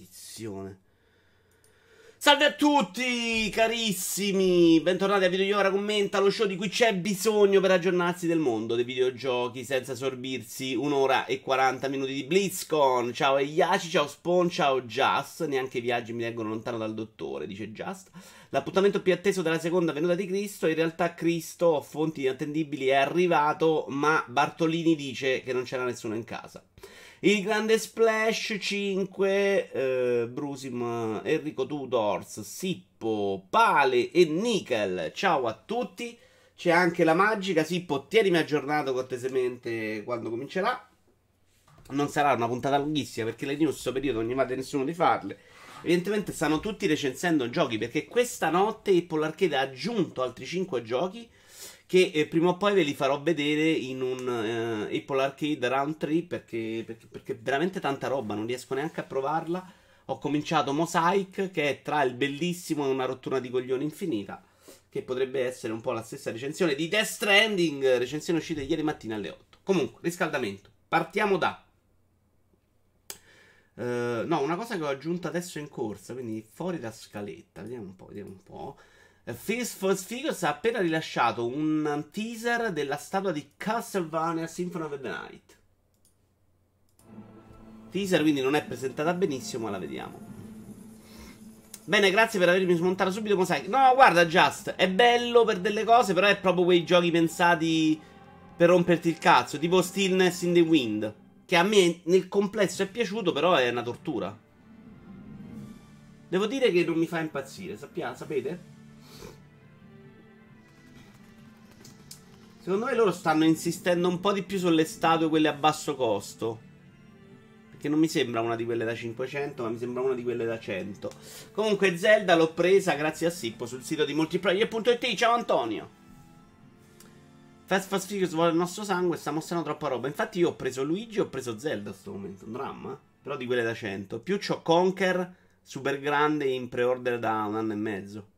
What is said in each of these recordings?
maledizione. Salve a tutti carissimi, bentornati a Videoiora Commenta, lo show di cui c'è bisogno per aggiornarsi del mondo dei videogiochi senza sorbirsi un'ora e 40 minuti di BlizzCon. Ciao Eiaci, ciao Spawn, ciao Just, neanche i viaggi mi tengono lontano dal dottore, dice Just. L'appuntamento più atteso della seconda venuta di Cristo, in realtà Cristo, ho fonti inattendibili, è arrivato, ma Bartolini dice che non c'era nessuno in casa. Il grande Splash 5, Brusim, Enrico Tudors, Sippo, Pale e Nickel. Ciao a tutti. C'è anche la magica. Sippo, tienimi aggiornato cortesemente quando comincerà. Non sarà una puntata lunghissima perché le news in questo periodo non gli va di nessuno di farle. Evidentemente stanno tutti recensendo giochi perché questa notte Apple Arcade ha aggiunto altri 5 giochi che prima o poi ve li farò vedere in un Apple Arcade Round 3 perché è veramente tanta roba, non riesco neanche a provarla. Ho cominciato Mosaic, che è tra il bellissimo e una rottura di coglioni infinita, che potrebbe essere un po' la stessa recensione di Death Stranding, recensione uscita ieri mattina alle 8. Comunque, riscaldamento. Partiamo da... no, una cosa che ho aggiunto adesso in corsa, quindi fuori da scaletta, vediamo un po'. Fist for Figures ha appena rilasciato un teaser della statua di Castlevania Symphony of the Night. Teaser quindi non è presentata benissimo, ma la vediamo. Bene, grazie per avermi smontato subito Mosaic. No, guarda, Just, è bello per delle cose, però è proprio quei giochi pensati per romperti il cazzo, tipo Stillness in the Wind, che a me nel complesso è piaciuto, però è una tortura. Devo dire che non mi fa impazzire, sapete? Secondo me loro stanno insistendo un po' di più sulle statue, quelle a basso costo. Perché non mi sembra una di quelle da 500, ma mi sembra una di quelle da 100. Comunque Zelda l'ho presa grazie a Sippo sul sito di multiplayer.it. Ciao Antonio. Fast Figures vuole il nostro sangue, sta mostrando troppa roba. Infatti io ho preso Luigi e ho preso Zelda a sto momento, un dramma. Però di quelle da 100. Più c'ho Conker, super grande, in pre-order da un anno e mezzo.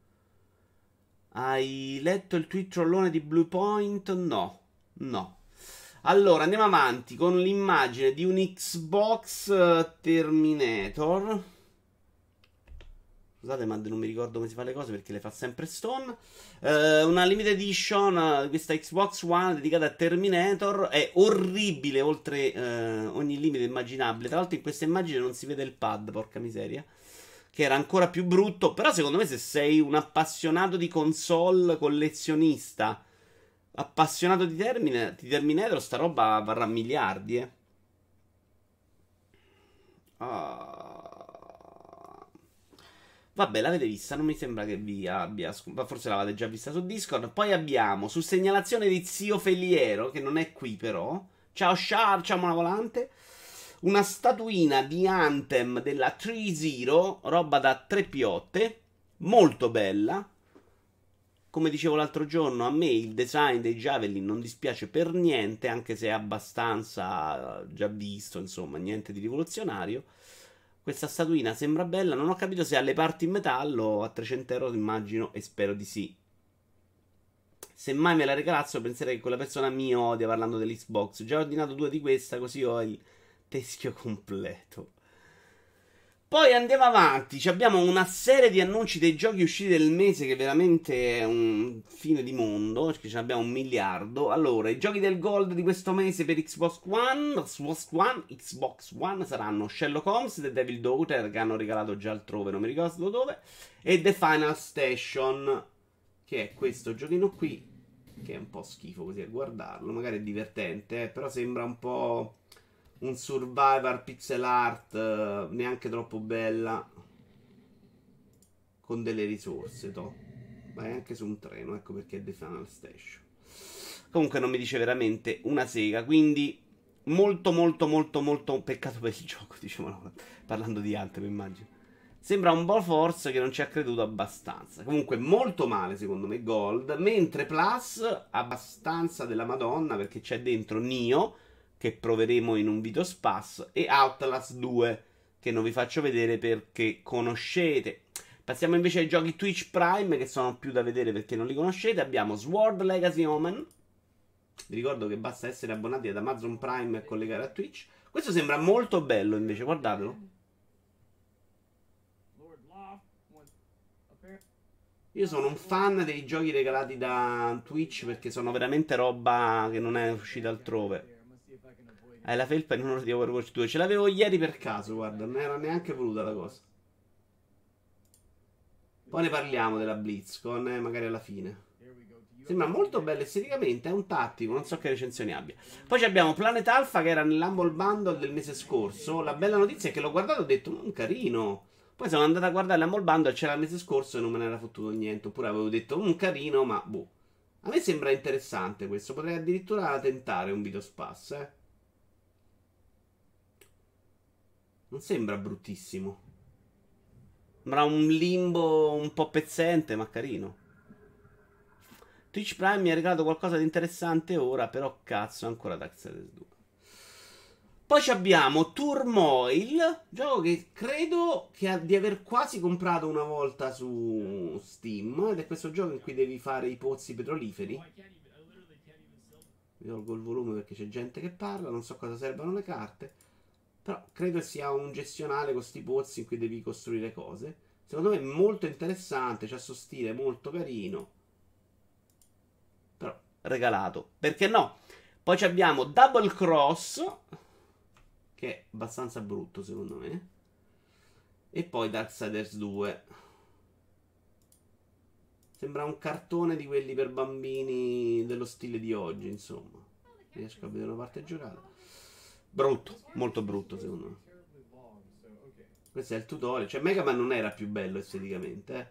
Hai letto il tweet trollone di Bluepoint? No. Allora, andiamo avanti con l'immagine di un Xbox Terminator. Scusate, ma non mi ricordo come si fa le cose perché le fa sempre Stone. Una limited edition di questa Xbox One dedicata a Terminator. È orribile oltre ogni limite immaginabile. Tra l'altro in questa immagine non si vede il pad, porca miseria, che era ancora più brutto. Però secondo me se sei un appassionato di console, collezionista, appassionato di Terminator, sta roba varrà miliardi, Vabbè, l'avete vista, non mi sembra che vi abbia... Forse l'avete già vista su Discord. Poi abbiamo, su segnalazione di Zio Feliero, che non è qui però. Ciao Char, ciao Mona Volante. Una statuina di Anthem della 3-0, roba da 3 piotte, molto bella. Come dicevo l'altro giorno, a me il design dei Javelin non dispiace per niente, anche se è abbastanza già visto, insomma, niente di rivoluzionario. Questa statuina sembra bella, non ho capito se ha le parti in metallo, a 300 euro immagino, e spero di sì. Se mai me la regalazzo penserei che quella persona mi odia parlando dell'Xbox. Già ho ordinato 2 di questa, così ho il teschio completo. Poi andiamo avanti, abbiamo una serie di annunci dei giochi usciti del mese che veramente è un fine di mondo, perché ce ne abbiamo 1 miliardo. Allora, i giochi del Gold di questo mese per Xbox One saranno Sherlock Holmes, The Devil Daughter, che hanno regalato già altrove, non mi ricordo dove, e The Final Station, che è questo giochino qui, che è un po' schifo così a guardarlo, magari è divertente, però sembra un po' un survivor pixel art, neanche troppo bella, con delle risorse, vai anche su un treno, ecco perché è The Final Station. Comunque non mi dice veramente una sega, quindi molto un peccato per il gioco, diciamo, parlando di Anthem immagino. Sembra un Ball Force che non ci ha creduto abbastanza. Comunque molto male secondo me Gold, mentre Plus abbastanza della Madonna, perché c'è dentro Nioh, che proveremo in un video spas, e Outlast 2, che non vi faccio vedere perché conoscete. Passiamo invece ai giochi Twitch Prime, che sono più da vedere perché non li conoscete. Abbiamo Sword Legacy Omen. Vi ricordo che basta essere abbonati ad Amazon Prime e collegare a Twitch. Questo sembra molto bello invece, guardatelo. Io sono un fan dei giochi regalati da Twitch perché sono veramente roba che non è uscita altrove. Hai la felpa in onore di Overwatch 2. Ce l'avevo ieri per caso, guarda, non era neanche voluta la cosa. Poi ne parliamo della BlizzCon, magari alla fine. Sembra molto bello esteticamente, è un tattico, non so che recensioni abbia. Poi abbiamo Planet Alpha che era nell'Humble Bundle del mese scorso. La bella notizia è che l'ho guardato e ho detto, carino. Poi sono andato a guardare l'Humble Bundle, c'era il mese scorso e non me ne era fottuto niente. Oppure avevo detto, carino, ma boh. A me sembra interessante questo, potrei addirittura tentare un Video Spass, Non sembra bruttissimo. Sembra un limbo un po' pezzente, ma carino. Twitch Prime mi ha regalato qualcosa di interessante ora, però cazzo, ancora Darksiders 2. Poi abbiamo Turmoil, gioco che credo di aver quasi comprato una volta su Steam, ed è questo gioco in cui devi fare i pozzi petroliferi. Mi tolgo il volume perché c'è gente che parla, non so cosa servono le carte, però credo sia un gestionale con sti pozzi in cui devi costruire cose. Secondo me è molto interessante, c'ha questo stile molto carino. Però regalato, perché no? Poi abbiamo Double Cross, che è abbastanza brutto secondo me, e poi Darksiders 2. Sembra un cartone di quelli per bambini dello stile di oggi, insomma. Riesco a vedere una parte giocata. Brutto, molto brutto secondo me. Questo è il tutorial, cioè Mega Man non era più bello esteticamente,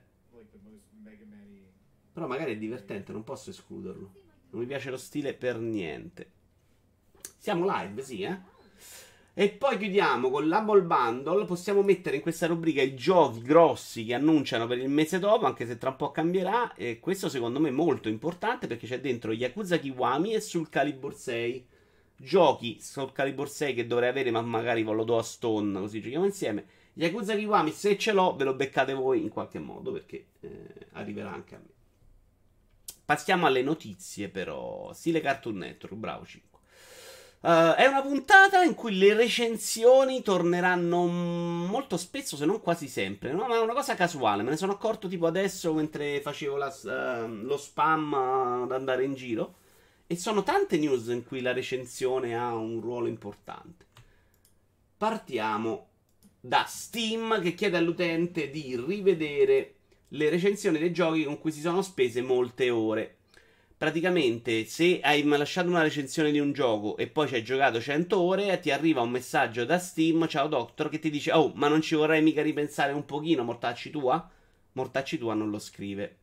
però magari è divertente, non posso escluderlo. Non mi piace lo stile per niente. Siamo live, sì, E poi chiudiamo con l'Humble Bundle. Possiamo mettere in questa rubrica i giochi grossi che annunciano per il mese dopo, anche se tra un po' cambierà. E questo secondo me è molto importante perché c'è dentro Yakuza Kiwami e Soul Calibur 6. Giochi Soul Calibur 6 che dovrei avere, ma magari ve lo do a Stone, così giochiamo insieme. Yakuza Kiwami, se ce l'ho, ve lo beccate voi in qualche modo perché arriverà anche a me. Passiamo alle notizie, però. Stile Cartoon Network, bravo 5. È una puntata in cui le recensioni torneranno molto spesso, se non quasi sempre, no? Ma è una cosa casuale. Me ne sono accorto tipo adesso mentre facevo lo spam ad andare in giro. E sono tante news in cui la recensione ha un ruolo importante. Partiamo da Steam che chiede all'utente di rivedere le recensioni dei giochi con cui si sono spese molte ore. Praticamente, se hai lasciato una recensione di un gioco e poi ci hai giocato 100 ore, ti arriva un messaggio da Steam, ciao Doctor, che ti dice, oh, ma non ci vorrei mica ripensare un pochino, mortacci tua? Mortacci tua non lo scrive.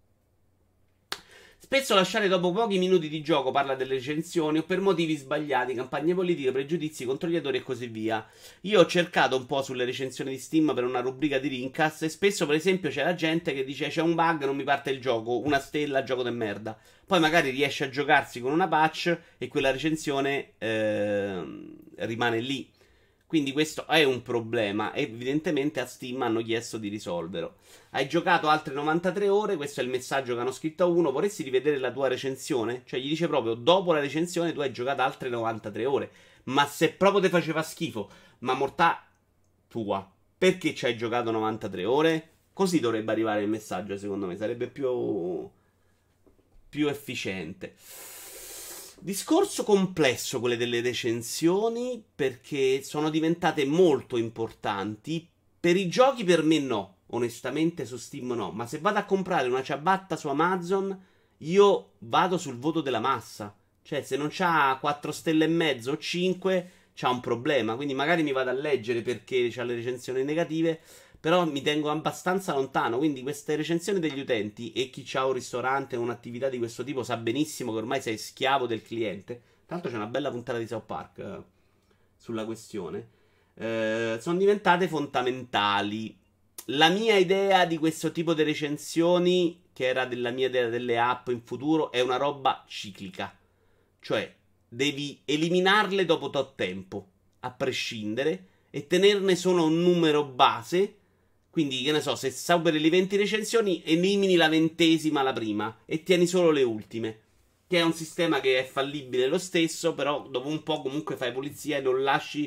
Spesso lasciare dopo pochi minuti di gioco parla delle recensioni o per motivi sbagliati, campagne politiche, pregiudizi, controllatori e così via. Io ho cercato un po' sulle recensioni di Steam per una rubrica di Rincast e spesso per esempio c'è la gente che dice c'è un bug, non mi parte il gioco, una stella, gioco de merda. Poi magari riesce a giocarsi con una patch e quella recensione rimane lì. Quindi questo è un problema e evidentemente a Steam hanno chiesto di risolverlo. Hai giocato altre 93 ore, questo è il messaggio che hanno scritto a uno, vorresti rivedere la tua recensione? Cioè gli dice proprio, dopo la recensione tu hai giocato altre 93 ore. Ma se proprio ti faceva schifo, ma mortà tua, perché ci hai giocato 93 ore? Così dovrebbe arrivare il messaggio, secondo me, sarebbe più efficiente. Discorso complesso quelle delle recensioni perché sono diventate molto importanti. Per i giochi per me no, onestamente su Steam no, ma se vado a comprare una ciabatta su Amazon io vado sul voto della massa. Cioè se non c'ha 4 stelle e mezzo o 5 c'ha un problema, quindi magari mi vado a leggere perché c'ha le recensioni negative, però mi tengo abbastanza lontano. Quindi queste recensioni degli utenti, e chi ha un ristorante o un'attività di questo tipo sa benissimo che ormai sei schiavo del cliente. Tra l'altro c'è una bella puntata di South Park sulla questione. Sono diventate fondamentali. La mia idea di questo tipo di recensioni, che era della mia idea delle app in futuro, è una roba ciclica. Cioè devi eliminarle dopo tot tempo, a prescindere, e tenerne solo un numero base. Quindi, che ne so, se superi le 20 recensioni, elimini la 20ª, la prima, e tieni solo le ultime. Che è un sistema che è fallibile lo stesso, però dopo un po' comunque fai pulizia e non lasci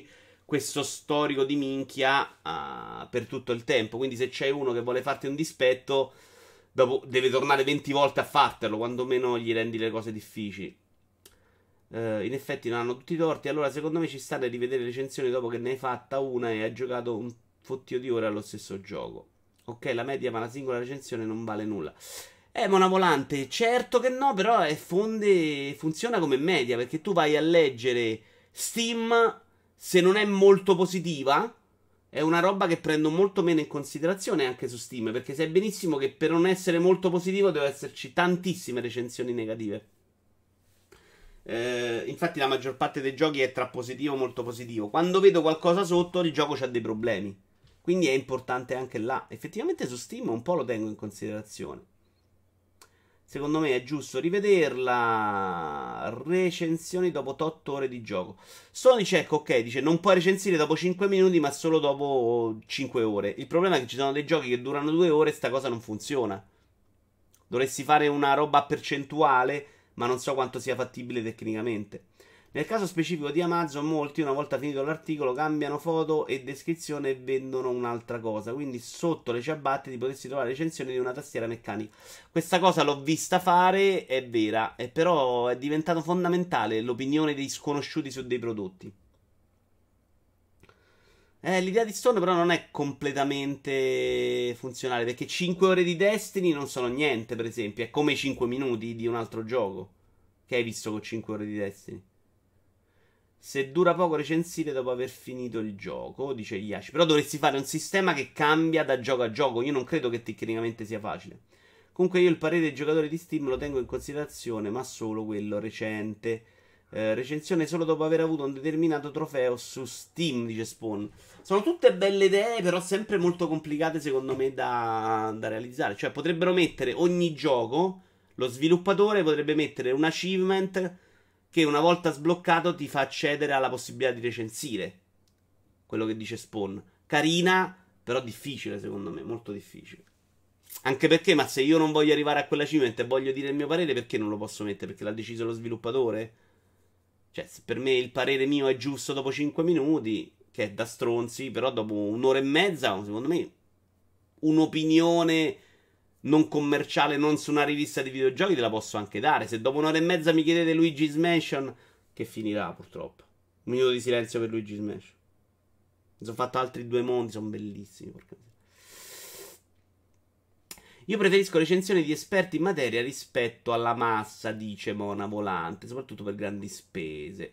questo storico di minchia per tutto il tempo. Quindi se c'è uno che vuole farti un dispetto, dopo deve tornare 20 volte a fartelo, quando meno gli rendi le cose difficili. In effetti non hanno tutti i torti. Allora secondo me ci sta da rivedere le recensioni dopo che ne hai fatta una e hai giocato un fottio di ore allo stesso gioco. Ok, la media ma la singola recensione non vale nulla. Mona Volante, certo che no, però funziona come media, perché tu vai a leggere Steam, se non è molto positiva, è una roba che prendo molto meno in considerazione anche su Steam, perché sai benissimo che per non essere molto positivo deve esserci tantissime recensioni negative. Infatti la maggior parte dei giochi è tra positivo e molto positivo. Quando vedo qualcosa sotto, il gioco ha dei problemi. Quindi è importante anche là. Effettivamente su Steam un po' lo tengo in considerazione. Secondo me è giusto rivederla. Recensioni dopo 8 ore di gioco. Sony Check, ok, dice non puoi recensire dopo 5 minuti, ma solo dopo 5 ore. Il problema è che ci sono dei giochi che durano 2 ore e sta cosa non funziona. Dovresti fare una roba a percentuale, ma non so quanto sia fattibile tecnicamente. Nel caso specifico di Amazon, molti, una volta finito l'articolo, cambiano foto e descrizione e vendono un'altra cosa. Quindi sotto le ciabatte ti potresti trovare recensioni di una tastiera meccanica. Questa cosa l'ho vista fare, è vera, però è diventato fondamentale l'opinione dei sconosciuti su dei prodotti. L'idea di Stone però non è completamente funzionale, perché 5 ore di Destiny non sono niente, per esempio. È come i 5 minuti di un altro gioco che hai visto con 5 ore di Destiny. Se dura poco recensire dopo aver finito il gioco, dice Yashi. Però dovresti fare un sistema che cambia da gioco a gioco. Io non credo che tecnicamente sia facile. Comunque io il parere dei giocatori di Steam lo tengo in considerazione, ma solo quello recente. Recensione solo dopo aver avuto un determinato trofeo su Steam, dice Spawn. Sono tutte belle idee, però sempre molto complicate secondo me da realizzare. Cioè potrebbero mettere ogni gioco, lo sviluppatore potrebbe mettere un achievement che una volta sbloccato ti fa accedere alla possibilità di recensire. Quello che dice Spawn. Carina, però difficile secondo me, molto difficile. Anche perché, ma se io non voglio arrivare a quell'achievement e voglio dire il mio parere, perché non lo posso mettere? Perché l'ha deciso lo sviluppatore? Cioè, se per me il parere mio è giusto dopo 5 minuti, che è da stronzi, però dopo un'ora e mezza, secondo me, un'opinione non commerciale, non su una rivista di videogiochi, te la posso anche dare. Se dopo un'ora e mezza mi chiedete Luigi's Mansion, che finirà purtroppo. Un minuto di silenzio per Luigi's Mansion. Mi sono fatto altri 2 mondi, sono bellissimi. Porca. Io preferisco recensioni di esperti in materia rispetto alla massa, dice Mona Volante, soprattutto per grandi spese.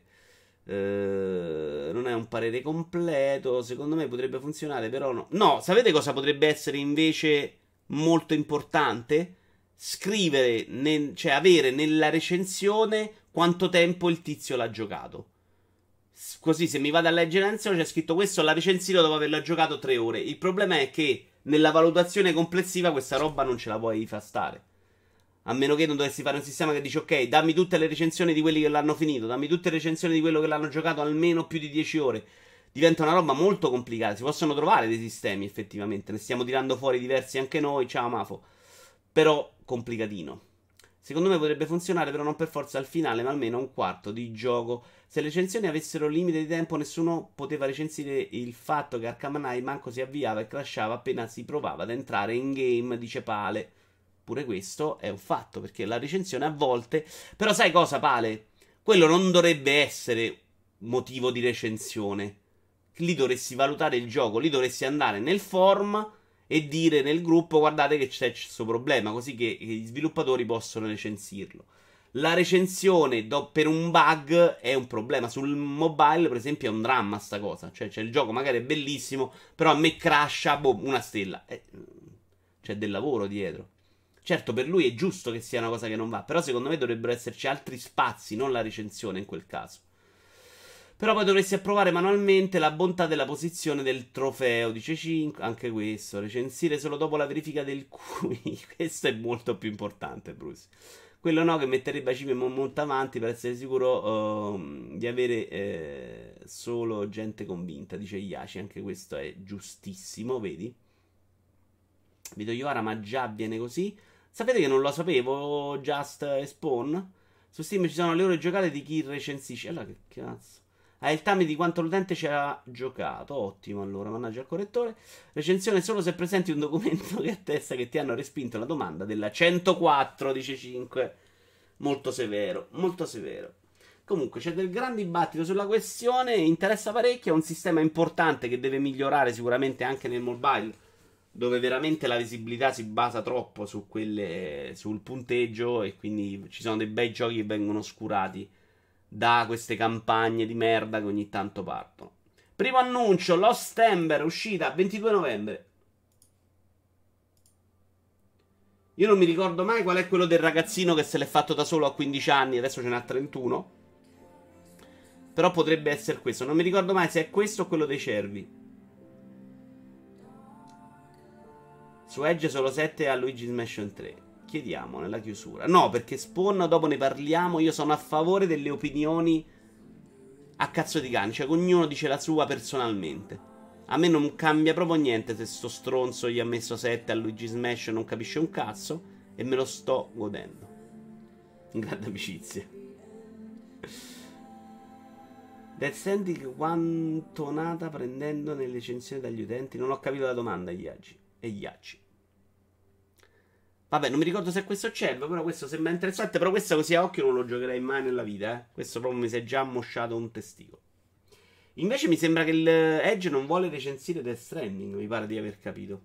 Non è un parere completo, secondo me potrebbe funzionare, però no. No, sapete cosa potrebbe essere invece molto importante? Scrivere, cioè avere nella recensione quanto tempo il tizio l'ha giocato. Così se mi vado a leggere l'anzio c'è scritto questo l'ha recensito dopo averlo giocato 3 ore. Il problema è che nella valutazione complessiva questa roba non ce la puoi far stare. A meno che non dovessi fare un sistema che dice ok, dammi tutte le recensioni di quelli che l'hanno finito, dammi tutte le recensioni di quello che l'hanno giocato almeno più di 10 ore. Diventa una roba molto complicata. Si possono trovare dei sistemi effettivamente. Ne stiamo tirando fuori diversi anche noi. Ciao Mafo. Però complicatino. Secondo me potrebbe funzionare, però non per forza al finale, ma almeno un quarto di gioco. Se le recensioni avessero limite di tempo, nessuno poteva recensire il fatto che Arkham Knight manco si avviava e crashava appena si provava ad entrare in game, dice Pale. Pure questo è un fatto, perché la recensione a volte... Però sai cosa, Pale? Quello non dovrebbe essere motivo di recensione. Lì dovresti valutare il gioco, lì dovresti andare nel forum e dire nel gruppo guardate che c'è questo problema, così che gli sviluppatori possono recensirlo. La recensione per un bug è un problema. Sul mobile, per esempio, è un dramma sta cosa. Cioè, c'è il gioco, magari è bellissimo, però a me crasha, boh, una stella. C'è del lavoro dietro. Certo, per lui è giusto che sia una cosa che non va, però secondo me dovrebbero esserci altri spazi, non la recensione in quel caso. Però poi dovresti approvare manualmente la bontà della posizione del trofeo, dice 5, anche questo, recensire solo dopo la verifica del QI, questo è molto più importante, Bruce. Quello no, che metterebbe Cime molto avanti per essere sicuro di avere solo gente convinta, dice Iaci, anche questo è giustissimo, vedi? Vito Iovara, ma già avviene così? Sapete che non lo sapevo, Just e Spawn? Su Steam ci sono le ore giocate di chi recensisce. Allora che cazzo? Ha il time di quanto l'utente ci ha giocato. Ottimo, allora, mannaggia al correttore. Recensione solo se presenti un documento che attesta che ti hanno respinto la domanda della 104, dice 5. Molto severo, molto severo. Comunque c'è del gran dibattito sulla questione, interessa parecchio, è un sistema importante che deve migliorare sicuramente anche nel mobile, dove veramente la visibilità si basa troppo su sul punteggio e quindi ci sono dei bei giochi che vengono oscurati da queste campagne di merda che ogni tanto partono. Primo annuncio, Lost Ember, uscita 22 novembre. Io non mi ricordo mai qual è quello del ragazzino che se l'è fatto da solo a 15 anni, adesso ce n'ha 31. Però potrebbe essere questo. Non mi ricordo mai se è questo o quello dei cervi. Su Edge solo 7 a Luigi's Mansion 3. Chiediamo nella chiusura. No, perché Spawn dopo ne parliamo. Io sono a favore delle opinioni a cazzo di cane. Cioè ognuno dice la sua personalmente. A me non cambia proprio niente se sto stronzo gli ha messo 7 a Luigi's Mansion, non capisce un cazzo. E me lo sto godendo. Grande amicizia. Death Stranding quanto nata prendendo nelle recensioni dagli utenti? Non ho capito la domanda, Iaci. Vabbè, non mi ricordo se questo c'è, però questo sembra interessante. Però questo così a occhio non lo giocherei mai nella vita, eh. Questo proprio mi si è già ammosciato un testicolo. Invece mi sembra che il Edge non vuole recensire Death Stranding, mi pare di aver capito.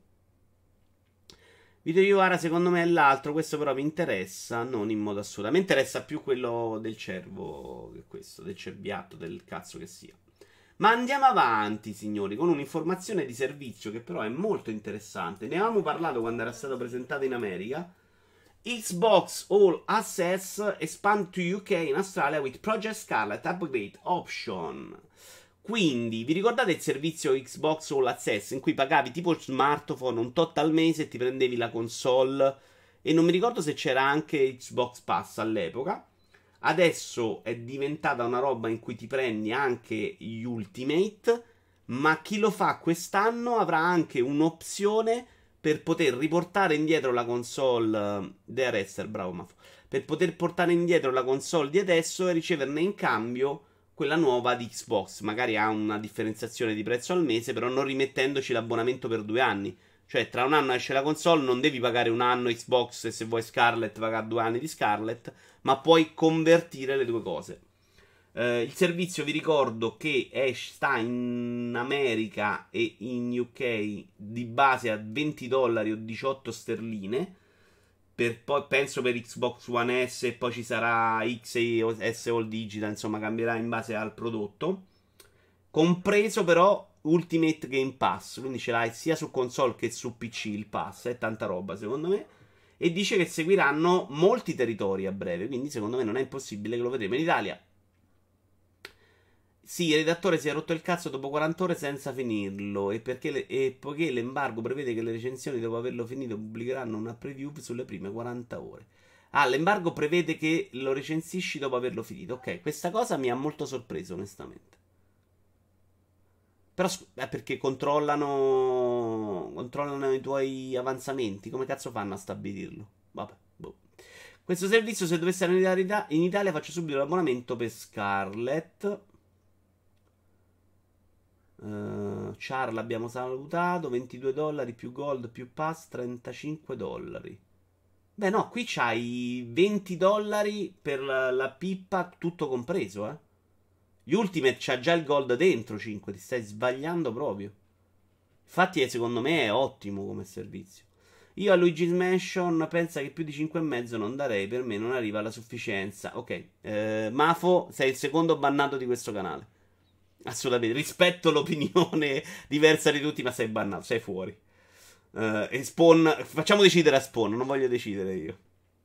Video Iwara secondo me è l'altro, questo però mi interessa, non in modo assoluto. A me interessa più quello del cervo che questo, del cerbiatto, del cazzo che sia. Ma andiamo avanti, signori, con un'informazione di servizio che però è molto interessante. Ne avevamo parlato quando era stato presentato in America. Xbox All Access expand to UK in Australia with Project Scarlet Upgrade Option. Quindi, vi ricordate il servizio Xbox All Access in cui pagavi tipo il smartphone un tot al mese e ti prendevi la console? E non mi ricordo se c'era anche Xbox Pass all'epoca. Adesso è diventata una roba in cui ti prendi anche gli Ultimate, ma chi lo fa quest'anno avrà anche un'opzione per poter riportare indietro la console DRS, bravo Mafo, per poter portare indietro la console di adesso e riceverne in cambio quella nuova di Xbox. Magari ha una differenziazione di prezzo al mese, però non rimettendoci l'abbonamento per 2 anni. Cioè, tra un anno esce la console, non devi pagare un anno Xbox e se vuoi Scarlet pagare 2 anni di Scarlet, ma puoi convertire le due cose. Il servizio vi ricordo che sta in America e in UK di base a $20 o 18 sterline. Poi penso per Xbox One S e poi ci sarà X e S All Digital, insomma cambierà in base al prodotto. Compreso però Ultimate Game Pass, quindi ce l'hai sia su console che su PC il pass, è tanta roba secondo me. E dice che seguiranno molti territori a breve, quindi secondo me non è impossibile che lo vedremo in Italia. Sì, il redattore si è rotto il cazzo dopo 40 ore senza finirlo. E poiché l'embargo prevede che le recensioni dopo averlo finito pubblicheranno una preview sulle prime 40 ore. Ah, l'embargo prevede che lo recensisci dopo averlo finito. Ok, questa cosa mi ha molto sorpreso, onestamente. Però è perché controllano i tuoi avanzamenti. Come cazzo fanno a stabilirlo? Vabbè, boh. Questo servizio, se dovesse arrivare in Italia, faccio subito l'abbonamento per Scarlet. Charles abbiamo salutato. $22 più gold più pass $35. Beh no, qui c'hai $20 per la pippa tutto compreso. Gli Ultimate c'ha già il gold dentro 5. Ti stai sbagliando proprio. Infatti secondo me è ottimo come servizio. Io a Luigi's Mansion pensa che più di 5,5 non darei. Per me non arriva alla sufficienza. Ok, Mafo, sei il secondo bannato di questo canale. Assolutamente, rispetto l'opinione diversa di tutti, ma sei bannato, sei fuori. E Spawn, facciamo decidere a Spawn, non voglio decidere io.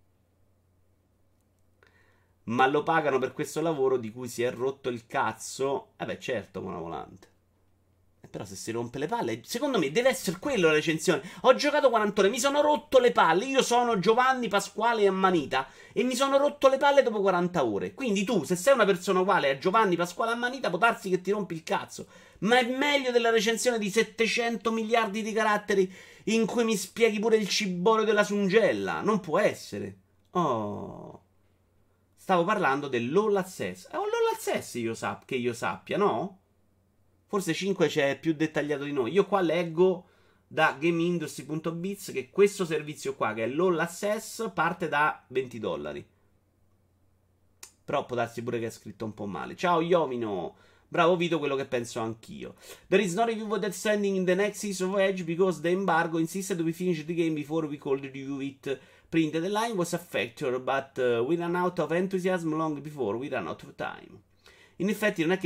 Ma lo pagano per questo lavoro di cui si è rotto il cazzo? Beh, certo, Mona Volante. Però se si rompe le palle, secondo me deve essere quello la recensione. Ho giocato 40 ore, mi sono rotto le palle. Io sono Giovanni Pasquale Ammanita e mi sono rotto le palle dopo 40 ore. Quindi tu, se sei una persona uguale a Giovanni Pasquale Ammanita, può darsi che ti rompi il cazzo. Ma è meglio della recensione di 700 miliardi di caratteri in cui mi spieghi pure il ciborio della sungella. Non può essere. Oh. Stavo parlando dell'All Access. L'All access che io sappia, no? Forse 5 c'è più dettagliato di noi. Io qua leggo da GameIndustry.biz che questo servizio qua, che è l'All Access, parte da $20. Però può darsi pure che è scritto un po' male. Ciao Iovino. Bravo Vito, quello che penso anch'io. There is no review of Death Stranding in the next season of Edge because the embargo insisted we finish the game before we could review it. Print the line was a factor, but we ran out of enthusiasm long before we ran out of time. In effetti non è che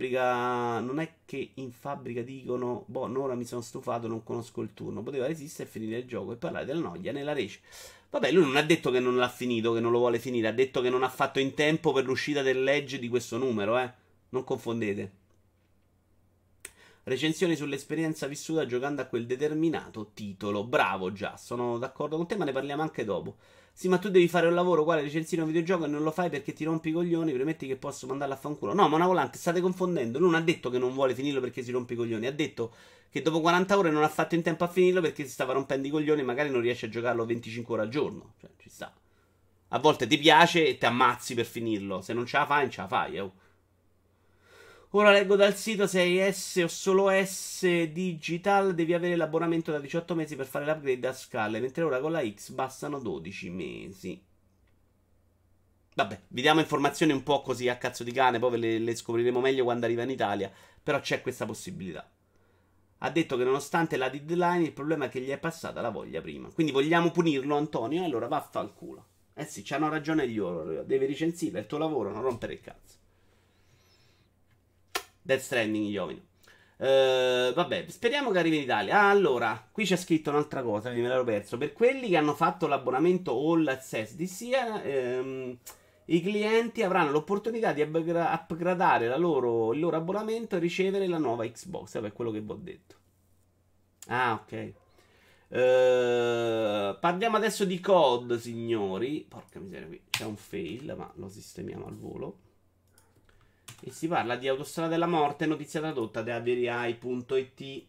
in fabbrica dicono boh, ora mi sono stufato, non conosco il turno. Poteva resistere e finire il gioco e parlare della noia nella rece. Vabbè, lui non ha detto che non l'ha finito, che non lo vuole finire. Ha detto che non ha fatto in tempo per l'uscita dell'Edge di questo numero, non confondete. Recensioni sull'esperienza vissuta giocando a quel determinato titolo. Bravo, già, sono d'accordo con te, ma ne parliamo anche dopo. Sì, ma tu devi fare un lavoro quale recensire un videogioco e non lo fai perché ti rompi i coglioni. Premetti che posso mandarlo a fanculo. No, ma una volante, state confondendo. Lui non ha detto che non vuole finirlo perché si rompe i coglioni. Ha detto che dopo 40 ore non ha fatto in tempo a finirlo perché si stava rompendo i coglioni e magari non riesce a giocarlo 25 ore al giorno. Cioè, ci sta. A volte ti piace e ti ammazzi per finirlo. Se non ce la fai, non ce la fai, Ora leggo dal sito, se hai S o solo S Digital devi avere l'abbonamento da 18 mesi per fare l'upgrade a scala, mentre ora con la X bastano 12 mesi. Vabbè, vi diamo informazioni un po' così a cazzo di cane, poi le scopriremo meglio quando arriva in Italia, però c'è questa possibilità. Ha detto che nonostante la deadline il problema è che gli è passata la voglia prima. Quindi vogliamo punirlo, Antonio? Allora vaffanculo. Eh sì, c'hanno ragione gli loro, devi recensire, è il tuo lavoro, non rompere il cazzo. Death Stranding, Iovino. Vabbè, speriamo che arrivi in Italia. Allora, qui c'è scritto un'altra cosa, me l'ero perso. Per quelli che hanno fatto l'abbonamento All Access di SIA, i clienti avranno l'opportunità di upgradare il loro abbonamento e ricevere la nuova Xbox. Vabbè, quello che vi ho detto. Ah, ok. Parliamo adesso di COD, signori. Porca miseria, qui c'è un fail, ma lo sistemiamo al volo. E si parla di Autostrada della Morte, notizia tradotta da Averai.it.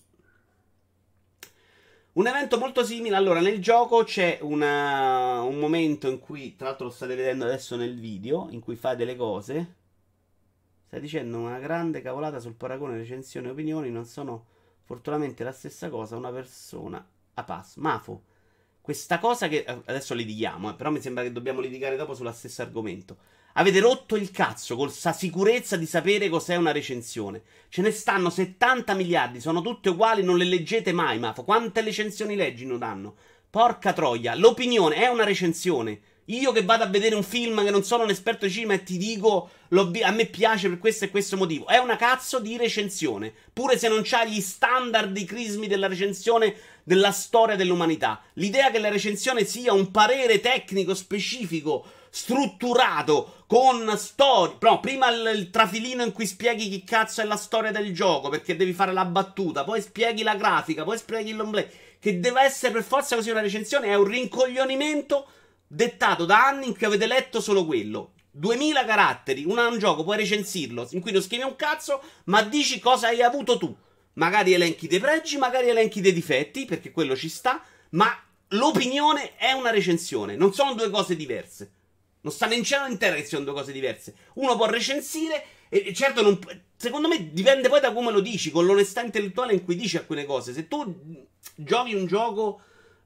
Un evento molto simile. Allora, nel gioco c'è un momento in cui, tra l'altro lo state vedendo adesso nel video, in cui fa delle cose. Stai dicendo una grande cavolata sul paragone recensioni e opinioni, non sono fortunatamente la stessa cosa, una persona a passo. Mafo, questa cosa che adesso litighiamo, però mi sembra che dobbiamo litigare dopo sulla stessa argomento. Avete rotto il cazzo con la sicurezza di sapere cos'è una recensione. Ce ne stanno 70 miliardi, sono tutte uguali, non le leggete mai, Mafo. Quante recensioni leggi non danno? Porca troia, l'opinione è una recensione. Io che vado a vedere un film che non sono un esperto di cinema e ti dico a me piace per questo e questo motivo, è una cazzo di recensione. Pure se non c'ha gli standard, i crismi della recensione della storia dell'umanità. L'idea che la recensione sia un parere tecnico specifico strutturato con storie. No, prima il trafilino in cui spieghi chi cazzo è la storia del gioco perché devi fare la battuta, poi spieghi la grafica, poi spieghi il gameplay, che deve essere per forza così una recensione. È un rincoglionimento dettato da anni in cui avete letto solo quello. 2000 caratteri, un gioco puoi recensirlo in cui non scrivi un cazzo, ma dici cosa hai avuto tu. Magari elenchi dei pregi, magari elenchi dei difetti, perché quello ci sta, ma l'opinione è una recensione, non sono due cose diverse. Non stanno in cielo in terra che siano due cose diverse. Uno può recensire e certo non, secondo me dipende poi da come lo dici, con l'onestà intellettuale in cui dici alcune cose. Se tu giochi un gioco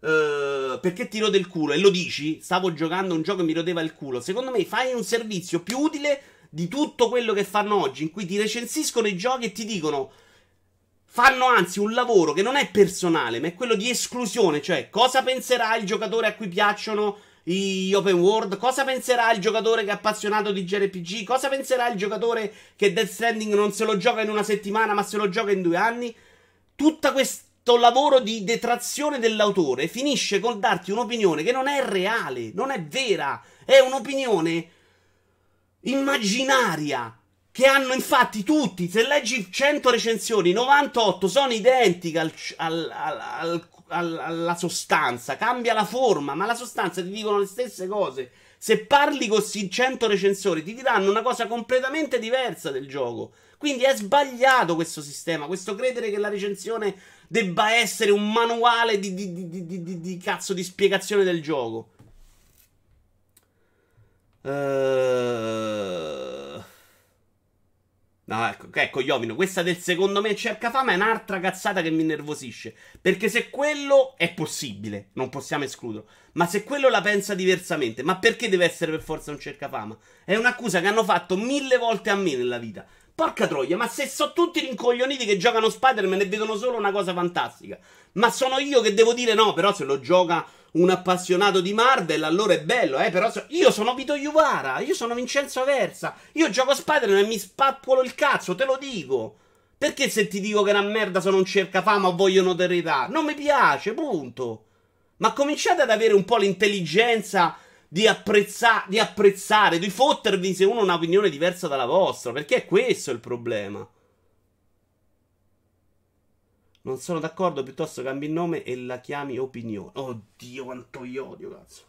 perché ti rode il culo e lo dici, stavo giocando un gioco e mi rodeva il culo, secondo me fai un servizio più utile di tutto quello che fanno oggi, in cui ti recensiscono i giochi e ti dicono, fanno anzi un lavoro che non è personale, ma è quello di esclusione, cioè cosa penserà il giocatore a cui piacciono gli open world, cosa penserà il giocatore che è appassionato di JRPG, cosa penserà il giocatore che Death Stranding non se lo gioca in una settimana ma se lo gioca in 2 anni. Tutta questo lavoro di detrazione dell'autore finisce col darti un'opinione che non è reale, non è vera, è un'opinione immaginaria che hanno infatti tutti. Se leggi 100 recensioni, 98 sono identiche alla sostanza, cambia la forma, ma la sostanza ti dicono le stesse cose. Se parli con 100 recensori ti diranno una cosa completamente diversa del gioco. Quindi è sbagliato questo sistema, questo credere che la recensione debba essere un manuale di cazzo di spiegazione del gioco. No, ecco, Iovino, questa del secondo me cerca fama è un'altra cazzata che mi innervosisce. Perché se quello è possibile, non possiamo escluderlo. Ma se quello la pensa diversamente, ma perché deve essere per forza un cercafama? È un'accusa che hanno fatto 1000 volte a me nella vita. Porca troia, ma se so tutti rincoglioniti che giocano Spider-Man e vedono solo una cosa fantastica. Ma sono io che devo dire no, però se lo gioca un appassionato di Marvel, allora è bello, però io sono Vito Iuvara, io sono Vincenzo Aversa, io gioco a Spider-Man e mi spappolo il cazzo, te lo dico. Perché se ti dico che è una merda sono un cercafama o voglio notorietà? Non mi piace, punto. Ma cominciate ad avere un po' l'intelligenza di apprezzare, di fottervi se uno ha un'opinione diversa dalla vostra, perché è questo il problema. Non sono d'accordo, piuttosto cambi il nome e la chiami opinione. Oddio, quanto io odio, cazzo.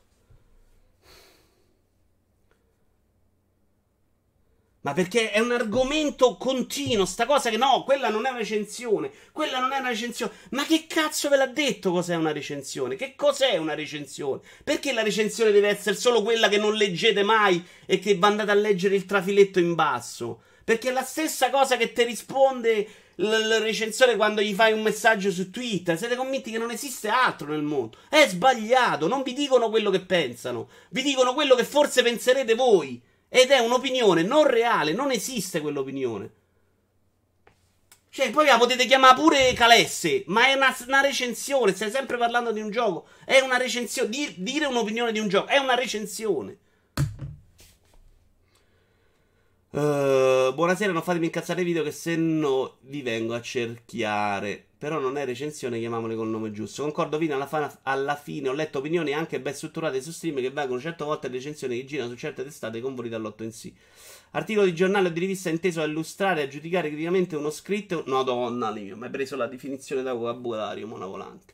Ma perché è un argomento continuo, sta cosa che no, quella non è una recensione, quella non è una recensione. Ma che cazzo ve l'ha detto cos'è una recensione? Che cos'è una recensione? Perché la recensione deve essere solo quella che non leggete mai e che andate a leggere il trafiletto in basso? Perché è la stessa cosa che ti risponde il recensore quando gli fai un messaggio su Twitter. Siete convinti che non esiste altro nel mondo? È sbagliato, non vi dicono quello che pensano, vi dicono quello che forse penserete voi. Ed è un'opinione non reale, non esiste quell'opinione. Cioè, poi la potete chiamare pure Calesse, ma è una recensione. Stai sempre parlando di un gioco. È una recensione. Dire un'opinione di un gioco è una recensione. Buonasera, non fatemi incazzare i video che se no vi vengo a cerchiare. Però non è recensione, chiamiamole col nome giusto. Concordo fino alla fine. Ho letto opinioni anche ben strutturate su stream che vengono certe volte recensioni che girano su certe testate con voli dall'otto in sì. Articolo di giornale o di rivista inteso a illustrare e a giudicare criticamente uno scritto. No, donna mia, mi hai preso la definizione da vocabolario, mona volante.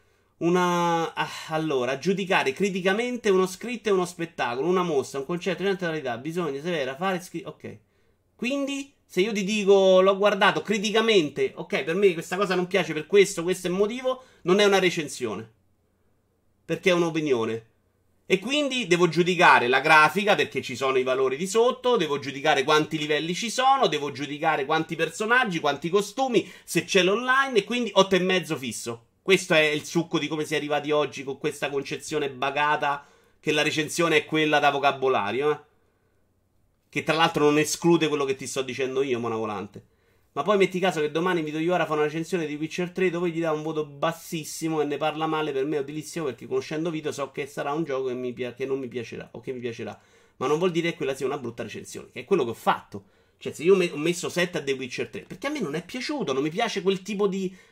Allora, giudicare criticamente uno scritto e uno spettacolo, una mostra, un concerto, una teatralità, bisogna severa, fare scritto. Ok. Quindi, se io ti dico l'ho guardato criticamente, ok, per me questa cosa non piace per questo è il motivo, non è una recensione. Perché è un'opinione. E quindi devo giudicare la grafica perché ci sono i valori di sotto, devo giudicare quanti livelli ci sono, devo giudicare quanti personaggi, quanti costumi, se c'è l'online e quindi 8,5 fisso. Questo è il succo di come si è arrivati oggi con questa concezione bagata che la recensione è quella da vocabolario, che tra l'altro non esclude quello che ti sto dicendo io, mona volante. Ma poi metti caso che domani Vito Iora fa una recensione di Witcher 3 dove gli dà un voto bassissimo e ne parla male, per me è utilissimo perché conoscendo Vito so che sarà un gioco che non mi piacerà o che mi piacerà. Ma non vuol dire che quella sia una brutta recensione, che è quello che ho fatto. Cioè se io ho messo 7 a The Witcher 3, perché a me non è piaciuto, non mi piace quel tipo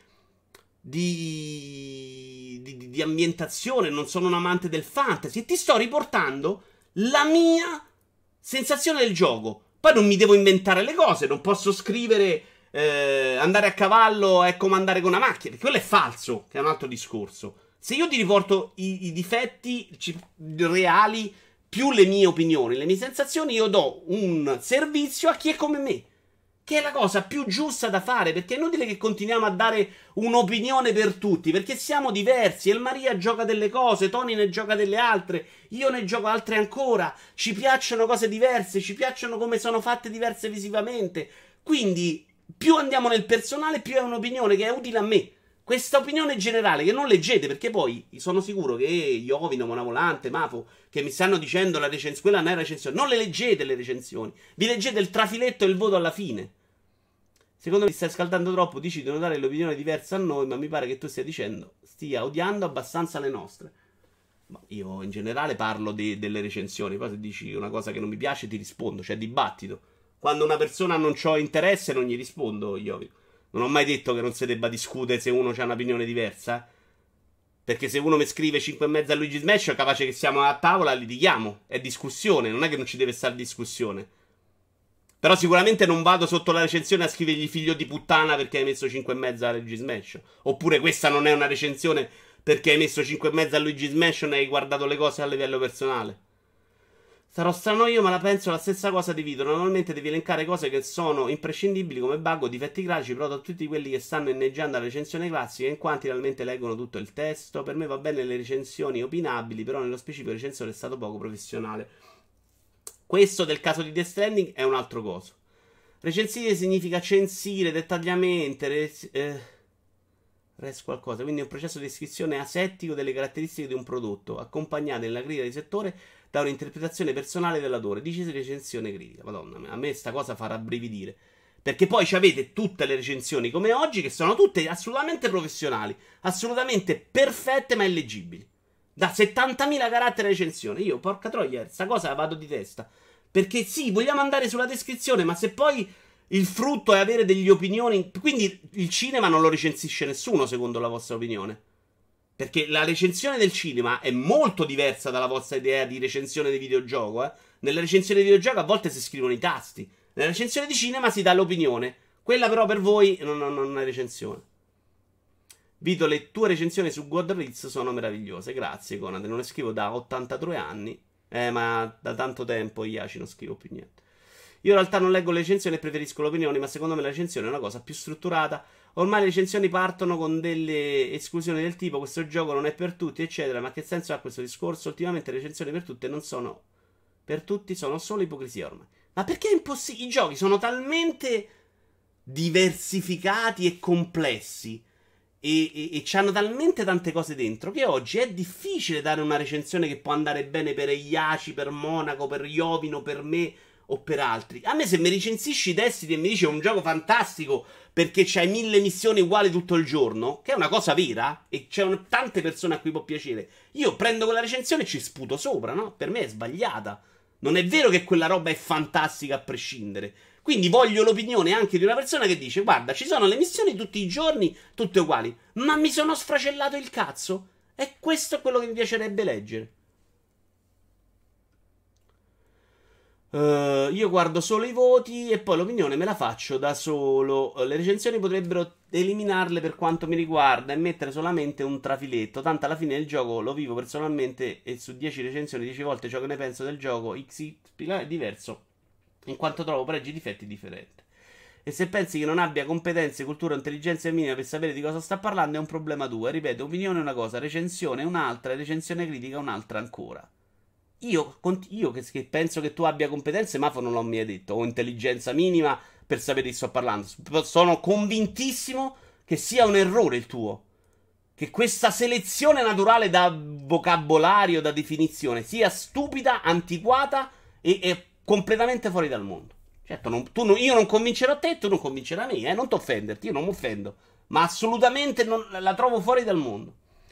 di ambientazione, non sono un amante del fantasy e ti sto riportando la mia sensazione del gioco. Poi non mi devo inventare le cose, non posso scrivere andare a cavallo e comandare con una macchina, perché quello è falso, che è un altro discorso. Se io ti riporto i difetti reali più le mie opinioni, le mie sensazioni, io do un servizio a chi è come me. Che è la cosa più giusta da fare, perché è inutile che continuiamo a dare un'opinione per tutti, perché siamo diversi. El Maria gioca delle cose, Tony ne gioca delle altre, io ne gioco altre ancora. Ci piacciono cose diverse, ci piacciono come sono fatte diverse visivamente. Quindi, più andiamo nel personale, più è un'opinione che è utile a me. Questa opinione generale che non leggete, perché poi sono sicuro che Iovino, Monavolante, Mapo, che mi stanno dicendo la recensione, quella non è recensione, non le leggete le recensioni, vi leggete il trafiletto e il voto alla fine. Secondo me ti stai scaldando troppo, dici di non dare l'opinione diversa a noi, ma mi pare che tu stia odiando abbastanza le nostre. Ma io in generale parlo delle recensioni, poi se dici una cosa che non mi piace ti rispondo, c'è dibattito. Quando una persona non c'ho interesse non gli rispondo io. Non ho mai detto che non si debba discutere se uno ha un'opinione diversa. Perché se uno mi scrive 5,5 a Luigi Smash è capace che siamo a tavola e litighiamo. È discussione, non è che non ci deve stare discussione. Però sicuramente non vado sotto la recensione a scrivergli figlio di puttana perché hai messo 5,5 a Luigi Smash. Oppure questa non è una recensione perché hai messo 5,5 a Luigi Smash e non hai guardato le cose a livello personale. Sarò strano io, ma la penso la stessa cosa di Vito. Normalmente devi elencare cose che sono imprescindibili come bug o difetti grafici, però da tutti quelli che stanno inneggiando alla recensione classica, in quanti realmente leggono tutto il testo. Per me va bene le recensioni opinabili, però nello specifico il recensore è stato poco professionale. Questo del caso di Death Stranding è un altro coso. Recensire significa censire dettagliatamente, res qualcosa, quindi è un processo di descrizione asettico delle caratteristiche di un prodotto, accompagnate nella critica di settore da un'interpretazione personale dell'autore. Dice recensione critica. Madonna, a me sta cosa fa rabbrividire. Perché poi ci avete tutte le recensioni come oggi, che sono tutte assolutamente professionali, assolutamente perfette ma illeggibili. Da 70.000 caratteri recensione. Io, porca troia, sta cosa la vado di testa. Perché sì, vogliamo andare sulla descrizione, ma se poi il frutto è avere degli opinioni. Quindi il cinema non lo recensisce nessuno, secondo la vostra opinione. Perché la recensione del cinema è molto diversa dalla vostra idea di recensione di videogioco. Nella recensione di videogioco a volte si scrivono i tasti. Nella recensione di cinema si dà l'opinione. Quella però per voi non è recensione. Vito, le tue recensioni su Goodreads sono meravigliose. Grazie, Conad. Non le scrivo da 83 anni. Ma da tanto tempo, Iaci, non scrivo più niente. Io in realtà non leggo le recensioni e preferisco le opinioni, ma secondo me la recensione è una cosa più strutturata. Ormai le recensioni partono con delle esclusioni del tipo questo gioco non è per tutti, eccetera. Ma che senso ha questo discorso? Ultimamente le recensioni per tutte non sono per tutti, sono solo ipocrisia ormai. Ma perché è impossibile? I giochi sono talmente diversificati e complessi e c'hanno talmente tante cose dentro che oggi è difficile dare una recensione che può andare bene per Iaci, per Monaco, per Iovino, per me o per altri. A me se mi recensisci Destiny e mi dici è un gioco fantastico perché c'hai 1000 missioni uguali tutto il giorno, che è una cosa vera e c'è tante persone a cui può piacere, io prendo quella recensione e ci sputo sopra, no? Per me è sbagliata. Non è vero che quella roba è fantastica a prescindere. Quindi voglio l'opinione anche di una persona che dice guarda, ci sono le missioni tutti i giorni, tutte uguali, ma mi sono sfracellato il cazzo? E questo è quello che mi piacerebbe leggere. Io guardo solo i voti e poi l'opinione me la faccio da solo. Le recensioni potrebbero eliminarle per quanto mi riguarda e mettere solamente un trafiletto. Tanto alla fine il gioco lo vivo personalmente e su 10 recensioni 10 volte ciò che ne penso del gioco XY è diverso, in quanto trovo pregi e difetti differenti. E se pensi che non abbia competenze, cultura o intelligenza minima per sapere di cosa sta parlando è un problema tuo. Ripeto, opinione è una cosa, recensione è un'altra e recensione critica è un'altra ancora. Io che penso che tu abbia competenze, Mafo non l'ho mai detto, o intelligenza minima per sapere di sto parlando. Sono convintissimo che sia un errore il tuo. Che questa selezione naturale da vocabolario, da definizione, sia stupida, antiquata e completamente fuori dal mondo. Certo, io non convincerò te e tu non convincerai me, non t'offenderti, io non mi offendo. Ma assolutamente la trovo fuori dal mondo.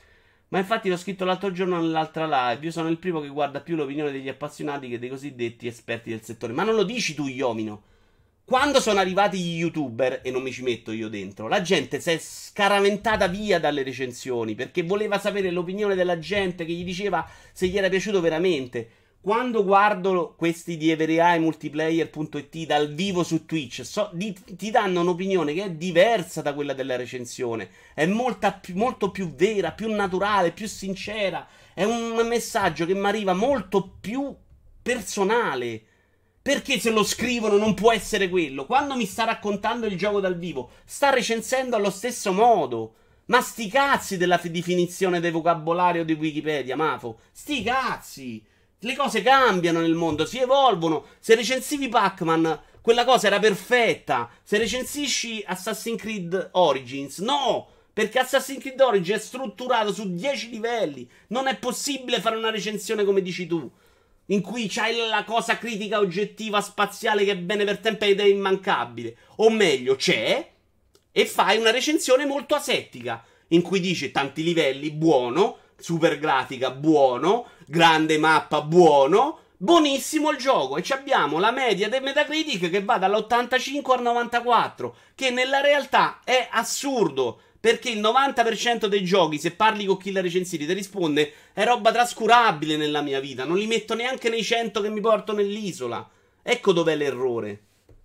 Ma infatti l'ho scritto l'altro giorno nell'altra live. Io sono il primo che guarda più l'opinione degli appassionati che dei cosiddetti esperti del settore. Ma non lo dici tu, Iomino. Quando sono arrivati gli YouTuber, e non mi ci metto io dentro, la gente si è scaraventata via dalle recensioni perché voleva sapere l'opinione della gente che gli diceva se gli era piaciuto veramente. Quando guardo questi di Everai Multiplayer.it dal vivo su Twitch, ti danno un'opinione che è diversa da quella della recensione. È molto più vera, più naturale, più sincera. È un messaggio che mi arriva molto più personale. Perché se lo scrivono non può essere quello? Quando mi sta raccontando il gioco dal vivo, sta recensendo allo stesso modo. Ma sti cazzi della definizione del vocabolario di Wikipedia, Mafo. Sti cazzi. Le cose cambiano nel mondo, si evolvono. Se recensivi Pac-Man, quella cosa era perfetta. Se recensisci Assassin's Creed Origins, no! Perché Assassin's Creed Origins è strutturato su 10 livelli. Non è possibile fare una recensione come dici tu, in cui c'hai la cosa critica oggettiva spaziale che è bene per tempo ed è immancabile. O meglio, c'è, e fai una recensione molto asettica, in cui dici tanti livelli, buono, super grafica, buono, grande mappa, buono, buonissimo il gioco. E abbiamo la media del Metacritic che va dall'85 al 94, che nella realtà è assurdo, perché il 90% dei giochi, se parli con chi l'ha recensito, ti risponde è roba trascurabile nella mia vita, non li metto neanche nei 100 che mi porto nell'isola. Ecco dov'è l'errore.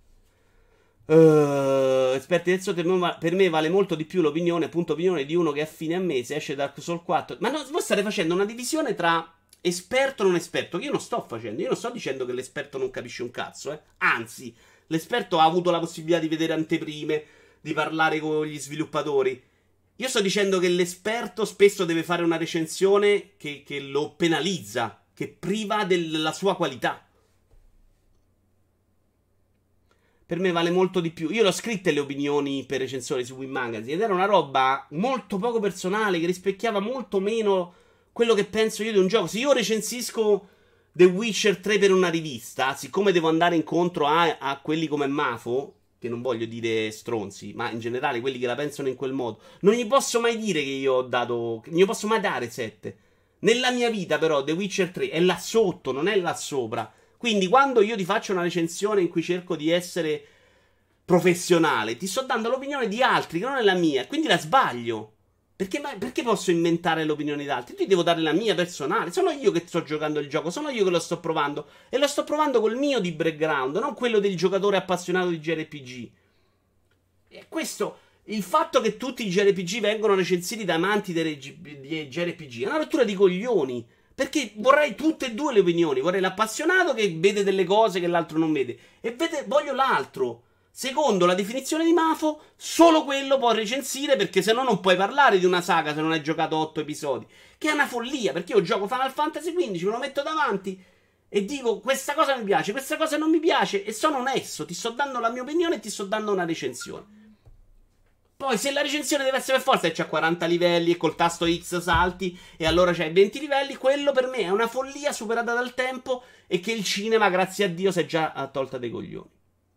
Esperti del settore, per me vale molto di più l'opinione, appunto opinione di uno che a fine mese esce Dark Souls 4. Ma no, voi state facendo una divisione tra esperto e non esperto, che io non sto facendo. Io non sto dicendo che l'esperto non capisce un cazzo, Anzi, l'esperto ha avuto la possibilità di vedere anteprime, di parlare con gli sviluppatori. Io sto dicendo che l'esperto spesso deve fare una recensione che lo penalizza, che priva della sua qualità. per me vale molto di più. Io l'ho scritte le opinioni per recensioni su Win Magazine ed era una roba molto poco personale che rispecchiava molto meno quello che penso io di un gioco. Se io recensisco The Witcher 3 per una rivista, siccome devo andare incontro a quelli come Mafo, che non voglio dire stronzi, ma in generale quelli che la pensano in quel modo, non gli posso mai dire che io ho dato, non gli posso mai dare 7. Nella mia vita però The Witcher 3 è là sotto, non è là sopra. Quindi quando io ti faccio una recensione in cui cerco di essere professionale, ti sto dando l'opinione di altri che non è la mia, quindi la sbaglio. Perché posso inventare le opinioni di altri? Io devo dare la mia personale. Sono io che sto giocando il gioco, sono io che lo sto provando. E lo sto provando col mio di background, non quello del giocatore appassionato di JRPG. E questo, il fatto che tutti i JRPG vengono recensiti da amanti dei JRPG è una rottura di coglioni. Perché vorrei tutte e due le opinioni. Vorrei l'appassionato che vede delle cose che l'altro non vede. E voglio l'altro. Secondo la definizione di Mafo, solo quello può recensire, perché se no non puoi parlare di una saga se non hai giocato 8 episodi. Che è una follia, perché io gioco Final Fantasy XV, me lo metto davanti e dico questa cosa mi piace, questa cosa non mi piace, e sono onesto, ti sto dando la mia opinione e ti sto dando una recensione. Poi se la recensione deve essere per forza e c'ha 40 livelli e col tasto X salti e allora c'hai 20 livelli, quello per me è una follia superata dal tempo e che il cinema, grazie a Dio, si è già tolta dei coglioni.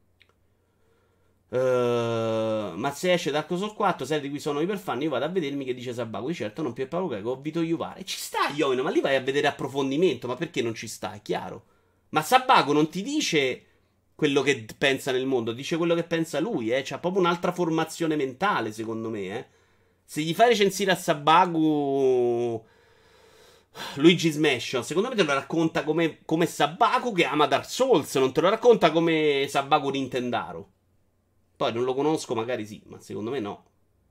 Ma se esce Dark Souls 4, serie di cui sono iperfan, io vado a vedermi che dice Sabaku. Di certo non più è Paolo che ho Vito Iuvare. Ci sta Ioino, ma lì vai a vedere approfondimento. Ma perché non ci sta? È chiaro. Ma Sabaku non ti dice quello che pensa nel mondo, dice quello che pensa lui, C'ha proprio un'altra formazione mentale, secondo me, Se gli fai recensire a Sabaku Luigi Smash, secondo me te lo racconta come Sabaku che ama Dark Souls, non te lo racconta come Sabaku Nintendaro. Poi non lo conosco, magari sì, ma secondo me no.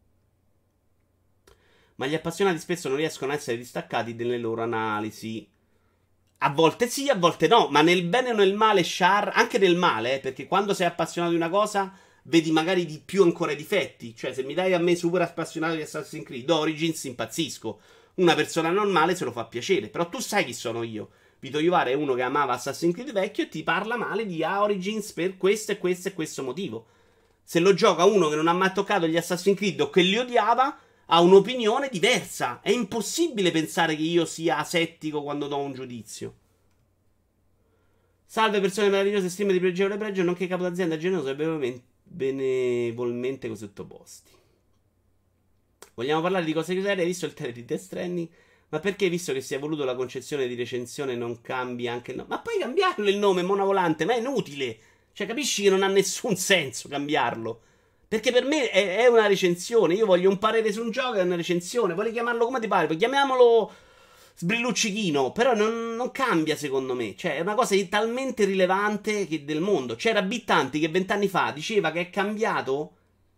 Ma gli appassionati spesso non riescono a essere distaccati dalle loro analisi. A volte sì, a volte no, ma nel bene o nel male, anche nel male, perché quando sei appassionato di una cosa, vedi magari di più ancora i difetti. Cioè, se mi dai a me super appassionato di Assassin's Creed Origins, impazzisco. Una persona normale se lo fa piacere, però tu sai chi sono io. Vito Iuvare è uno che amava Assassin's Creed vecchio e ti parla male di Origins per questo e questo e questo motivo. Se lo gioca uno che non ha mai toccato gli Assassin's Creed o che li odiava, ha un'opinione diversa. È impossibile pensare che io sia asettico quando do un giudizio. Salve persone meravigliose, stime di pregevole pregio, nonché capo d'azienda generoso e benevolmente sottoposti. Vogliamo parlare di cose serie? Hai visto il trailer di Death Stranding? Ma perché, visto che si è voluto la concezione di recensione, non cambi anche il nome? Ma puoi cambiarlo il nome, Mona Volante, ma è inutile. Cioè, capisci che non ha nessun senso cambiarlo? Perché per me è una recensione. Io voglio un parere su un gioco, è una recensione. Vuoi chiamarlo come ti pare? Poi chiamiamolo sbrilluccichino. Però non cambia, secondo me. Cioè, è una cosa talmente rilevante del mondo. C'era Bittanti che 20 anni fa diceva che è cambiato.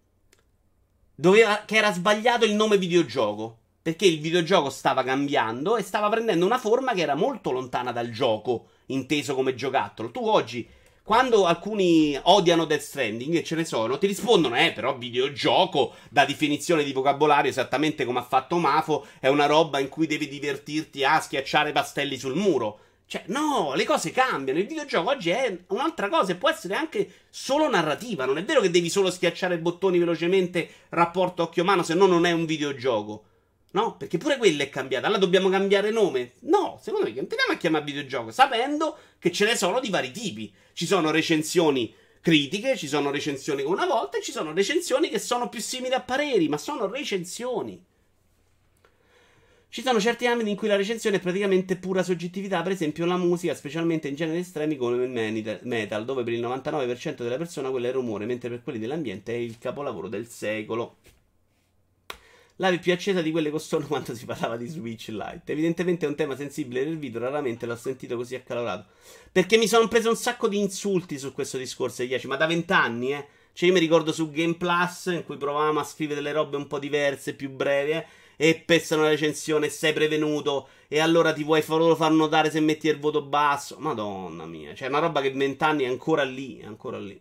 Che era sbagliato il nome videogioco. Perché il videogioco stava cambiando e stava prendendo una forma che era molto lontana dal gioco, inteso come giocattolo. Tu oggi, quando alcuni odiano Death Stranding, e ce ne sono, ti rispondono, però videogioco, da definizione di vocabolario, esattamente come ha fatto Mafo, è una roba in cui devi divertirti a schiacciare pastelli sul muro. Cioè, no, le cose cambiano. Il videogioco oggi è un'altra cosa e può essere anche solo narrativa. Non è vero che devi solo schiacciare bottoni velocemente, rapporto occhio-mano, se no non è un videogioco. No, perché pure quella è cambiata. Allora dobbiamo cambiare nome? No, secondo me continuiamo a chiamare videogioco, sapendo che ce ne sono di vari tipi. Ci sono recensioni critiche, ci sono recensioni come una volta e ci sono recensioni che sono più simili a pareri, ma sono recensioni. Ci sono certi ambiti in cui la recensione è praticamente pura soggettività, per esempio la musica, specialmente in generi estremi come il metal, dove per il 99% delle persone quello è il rumore, mentre per quelli dell'ambiente è il capolavoro del secolo. L'avi più accesa di quelle costone quando si parlava di Switch Lite. Evidentemente è un tema sensibile del video, raramente l'ho sentito così accalorato. Perché mi sono preso un sacco di insulti su questo discorso di 10, ma da 20 anni, Cioè io mi ricordo su Game Plus, in cui provavamo a scrivere delle robe un po' diverse, più brevi, e pessano la recensione, sei prevenuto, e allora ti vuoi solo far notare se metti il voto basso. Madonna mia, cioè una roba che 20 anni è ancora lì, è ancora lì.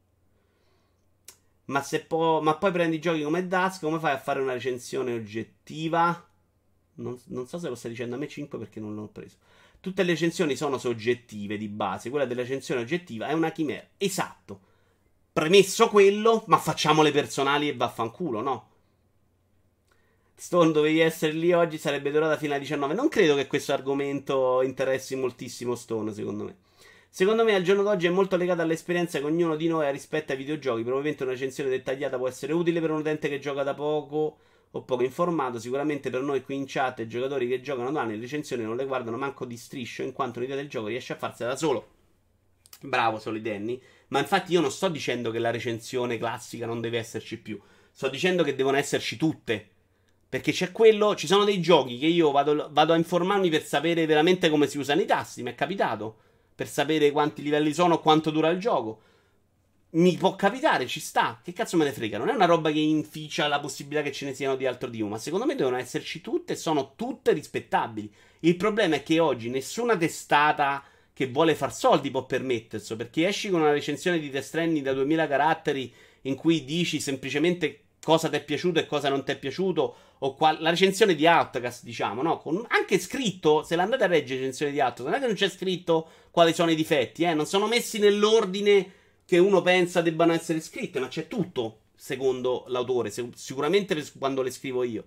Ma poi prendi giochi come Dusk, come fai a fare una recensione oggettiva? Non so se lo stai dicendo a me 5 perché non l'ho preso. Tutte le recensioni sono soggettive di base. Quella della recensione oggettiva è una chimera. Esatto. Premesso quello, ma facciamo le personali e vaffanculo, no? Stone, dovevi essere lì oggi, sarebbe durata fino alle 19. Non credo che questo argomento interessi moltissimo Stone, secondo me. Secondo me al giorno d'oggi è molto legato all'esperienza che ognuno di noi ha rispetto ai videogiochi. Probabilmente una recensione dettagliata può essere utile per un utente che gioca da poco o poco informato. Sicuramente per noi qui in chat e giocatori che giocano da anni le recensioni non le guardano manco di striscio, in quanto un'idea del gioco riesce a farsela da solo. Bravo Solidenni. Ma infatti io non sto dicendo che la recensione classica non deve esserci più. Sto dicendo che devono esserci tutte. Perché c'è quello, ci sono dei giochi che io vado a informarmi per sapere veramente come si usano i tasti. Mi è capitato. Per sapere quanti livelli sono, quanto dura il gioco. Mi può capitare, ci sta. Che cazzo me ne frega? Non è una roba che inficia la possibilità che ce ne siano di altro tipo. Ma secondo me devono esserci tutte e sono tutte rispettabili. Il problema è che oggi nessuna testata che vuole far soldi può permetterselo. Perché esci con una recensione di Death Stranding da 2000 caratteri in cui dici semplicemente cosa ti è piaciuto e cosa non ti è piaciuto. O la recensione di Outcast, diciamo, no? Anche scritto, se l'andate a leggere la recensione di Outcast, non è che non c'è scritto quali sono i difetti, non sono messi nell'ordine che uno pensa debbano essere scritte, ma c'è tutto, secondo l'autore, sicuramente quando le scrivo io.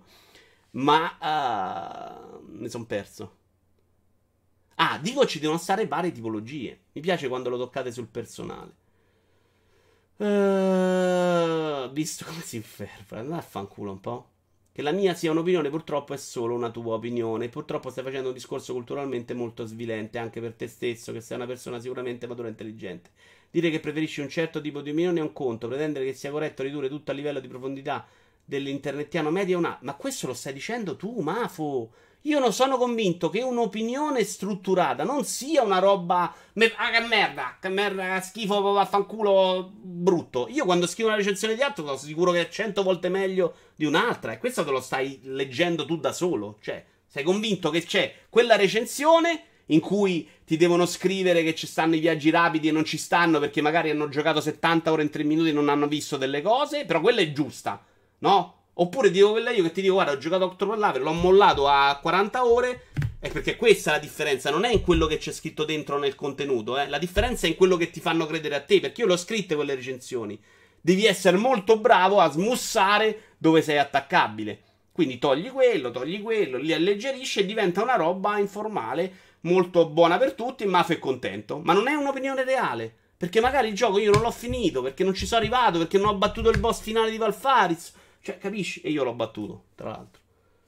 Ma mi sono perso. Ah, dico ci devono stare varie tipologie. Mi piace quando lo toccate sul personale. Visto come si inferma, andate a fanculo un po'. Che la mia sia un'opinione purtroppo è solo una tua opinione. Purtroppo stai facendo un discorso culturalmente molto svilente anche per te stesso, che sei una persona sicuramente matura e intelligente. Dire che preferisci un certo tipo di opinione è un conto, pretendere che sia corretto ridurre tutto a livello di profondità dell'internettiano medio è una... Ma questo lo stai dicendo tu, Mafo? Io non sono convinto che un'opinione strutturata non sia una roba... che merda, schifo, vaffanculo, brutto. Io quando scrivo una recensione di altro sono sicuro che è 100 volte meglio di un'altra. E questo te lo stai leggendo tu da solo. Cioè, sei convinto che c'è quella recensione in cui ti devono scrivere che ci stanno i viaggi rapidi e non ci stanno perché magari hanno giocato 70 ore in 3 minuti e non hanno visto delle cose, però quella è giusta, no? Oppure dico quella io che ti dico guarda ho giocato Octopath Traveler, l'ho mollato a 40 ore. È perché questa è la differenza, non è in quello che c'è scritto dentro nel contenuto, la differenza è in quello che ti fanno credere a te, perché io l'ho scritte quelle recensioni. Devi essere molto bravo a smussare dove sei attaccabile. Quindi togli quello, li alleggerisci e diventa una roba informale, molto buona per tutti, ma è contento. Ma non è un'opinione reale, perché magari il gioco io non l'ho finito, perché non ci sono arrivato, perché non ho battuto il boss finale di Valfaris. Cioè, capisci? E io l'ho battuto, tra l'altro.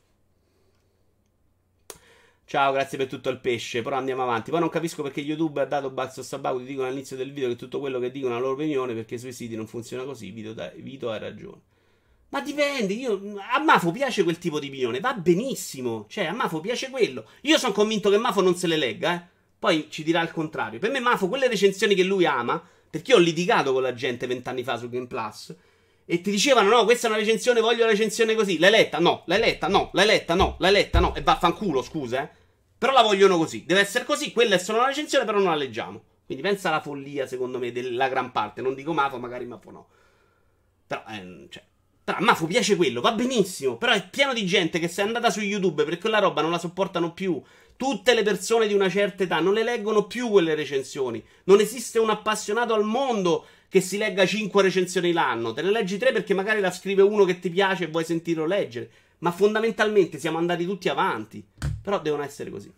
Ciao, grazie per tutto il pesce. Però andiamo avanti. Poi non capisco perché YouTube ha dato Bugs o Sabaku. Ti dicono all'inizio del video che tutto quello che dicono è la loro opinione. Perché sui siti non funziona così. Vito ha ragione. Ma dipende. A Mafo piace quel tipo di opinione. Va benissimo. Cioè, a Mafo piace quello. Io sono convinto che Mafo non se le legga, Poi ci dirà il contrario. Per me, Mafo, quelle recensioni che lui ama. Perché io ho litigato con la gente 20 anni fa su Game Plus. E ti dicevano, no, questa è una recensione, voglio la recensione così. L'hai letta? No. L'hai letta? No. L'hai letta? No. L'hai letta? No. E vaffanculo, scusa, Però la vogliono così. Deve essere così. Quella è solo una recensione, però non la leggiamo. Quindi pensa alla follia, secondo me, della gran parte. Non dico Mafo, magari Mafo no. Però, Però a Mafo piace quello, va benissimo. Però è pieno di gente che se è andata su YouTube perché quella roba non la sopportano più. Tutte le persone di una certa età non le leggono più quelle recensioni. Non esiste un appassionato al mondo che si legga 5 recensioni l'anno. Te ne leggi 3 perché magari la scrive uno che ti piace e vuoi sentirlo leggere. Ma fondamentalmente siamo andati tutti avanti. Però devono essere così.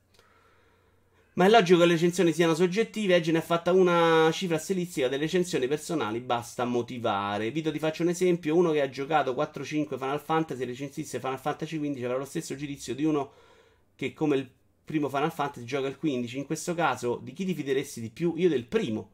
Ma è logico che le recensioni siano soggettive. Edge ne ha fatta una cifra stilistica delle recensioni personali. Basta motivare. Vito, ti faccio un esempio. Uno che ha giocato 4-5 Final Fantasy e recensisse Final Fantasy 15 avrà lo stesso giudizio di uno che come il primo Final Fantasy gioca il 15. In questo caso di chi ti fideresti di più? Io del primo.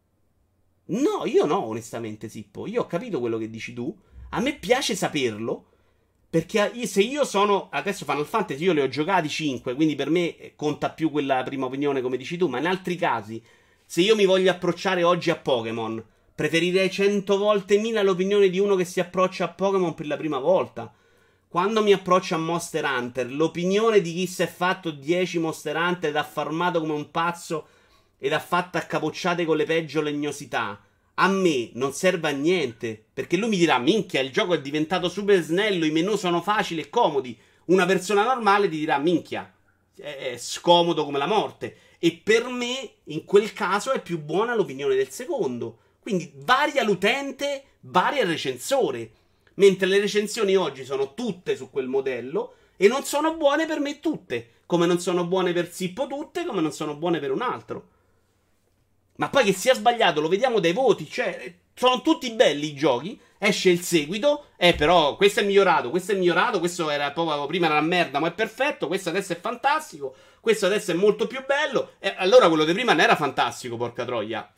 No, io no, onestamente, Sippo. Io ho capito quello che dici tu. A me piace saperlo. Perché se io sono... Adesso Final Fantasy io le ho giocati 5. Quindi per me conta più quella prima opinione come dici tu. Ma in altri casi, se io mi voglio approcciare oggi a Pokémon, preferirei 100 volte 1000 l'opinione di uno che si approccia a Pokémon per la prima volta. Quando mi approccio a Monster Hunter, l'opinione di chi si è fatto 10 Monster Hunter ed ha farmato come un pazzo ed ha fatto accapocciate con le peggio legnosità, a me non serve a niente, perché lui mi dirà, minchia, il gioco è diventato super snello, i menu sono facili e comodi. Una persona normale ti dirà, minchia, è scomodo come la morte. E per me, in quel caso, è più buona l'opinione del secondo. Quindi varia l'utente, varia il recensore. Mentre le recensioni oggi sono tutte su quel modello e non sono buone per me tutte. Come non sono buone per Zippo tutte, come non sono buone per un altro. Ma poi che sia sbagliato lo vediamo dai voti. Cioè, sono tutti belli i giochi. Esce il seguito. Però questo è migliorato, questo è migliorato. Questo era proprio prima era una merda, ma è perfetto. Questo adesso è fantastico. Questo adesso è molto più bello. Allora quello di prima non era fantastico, porca troia.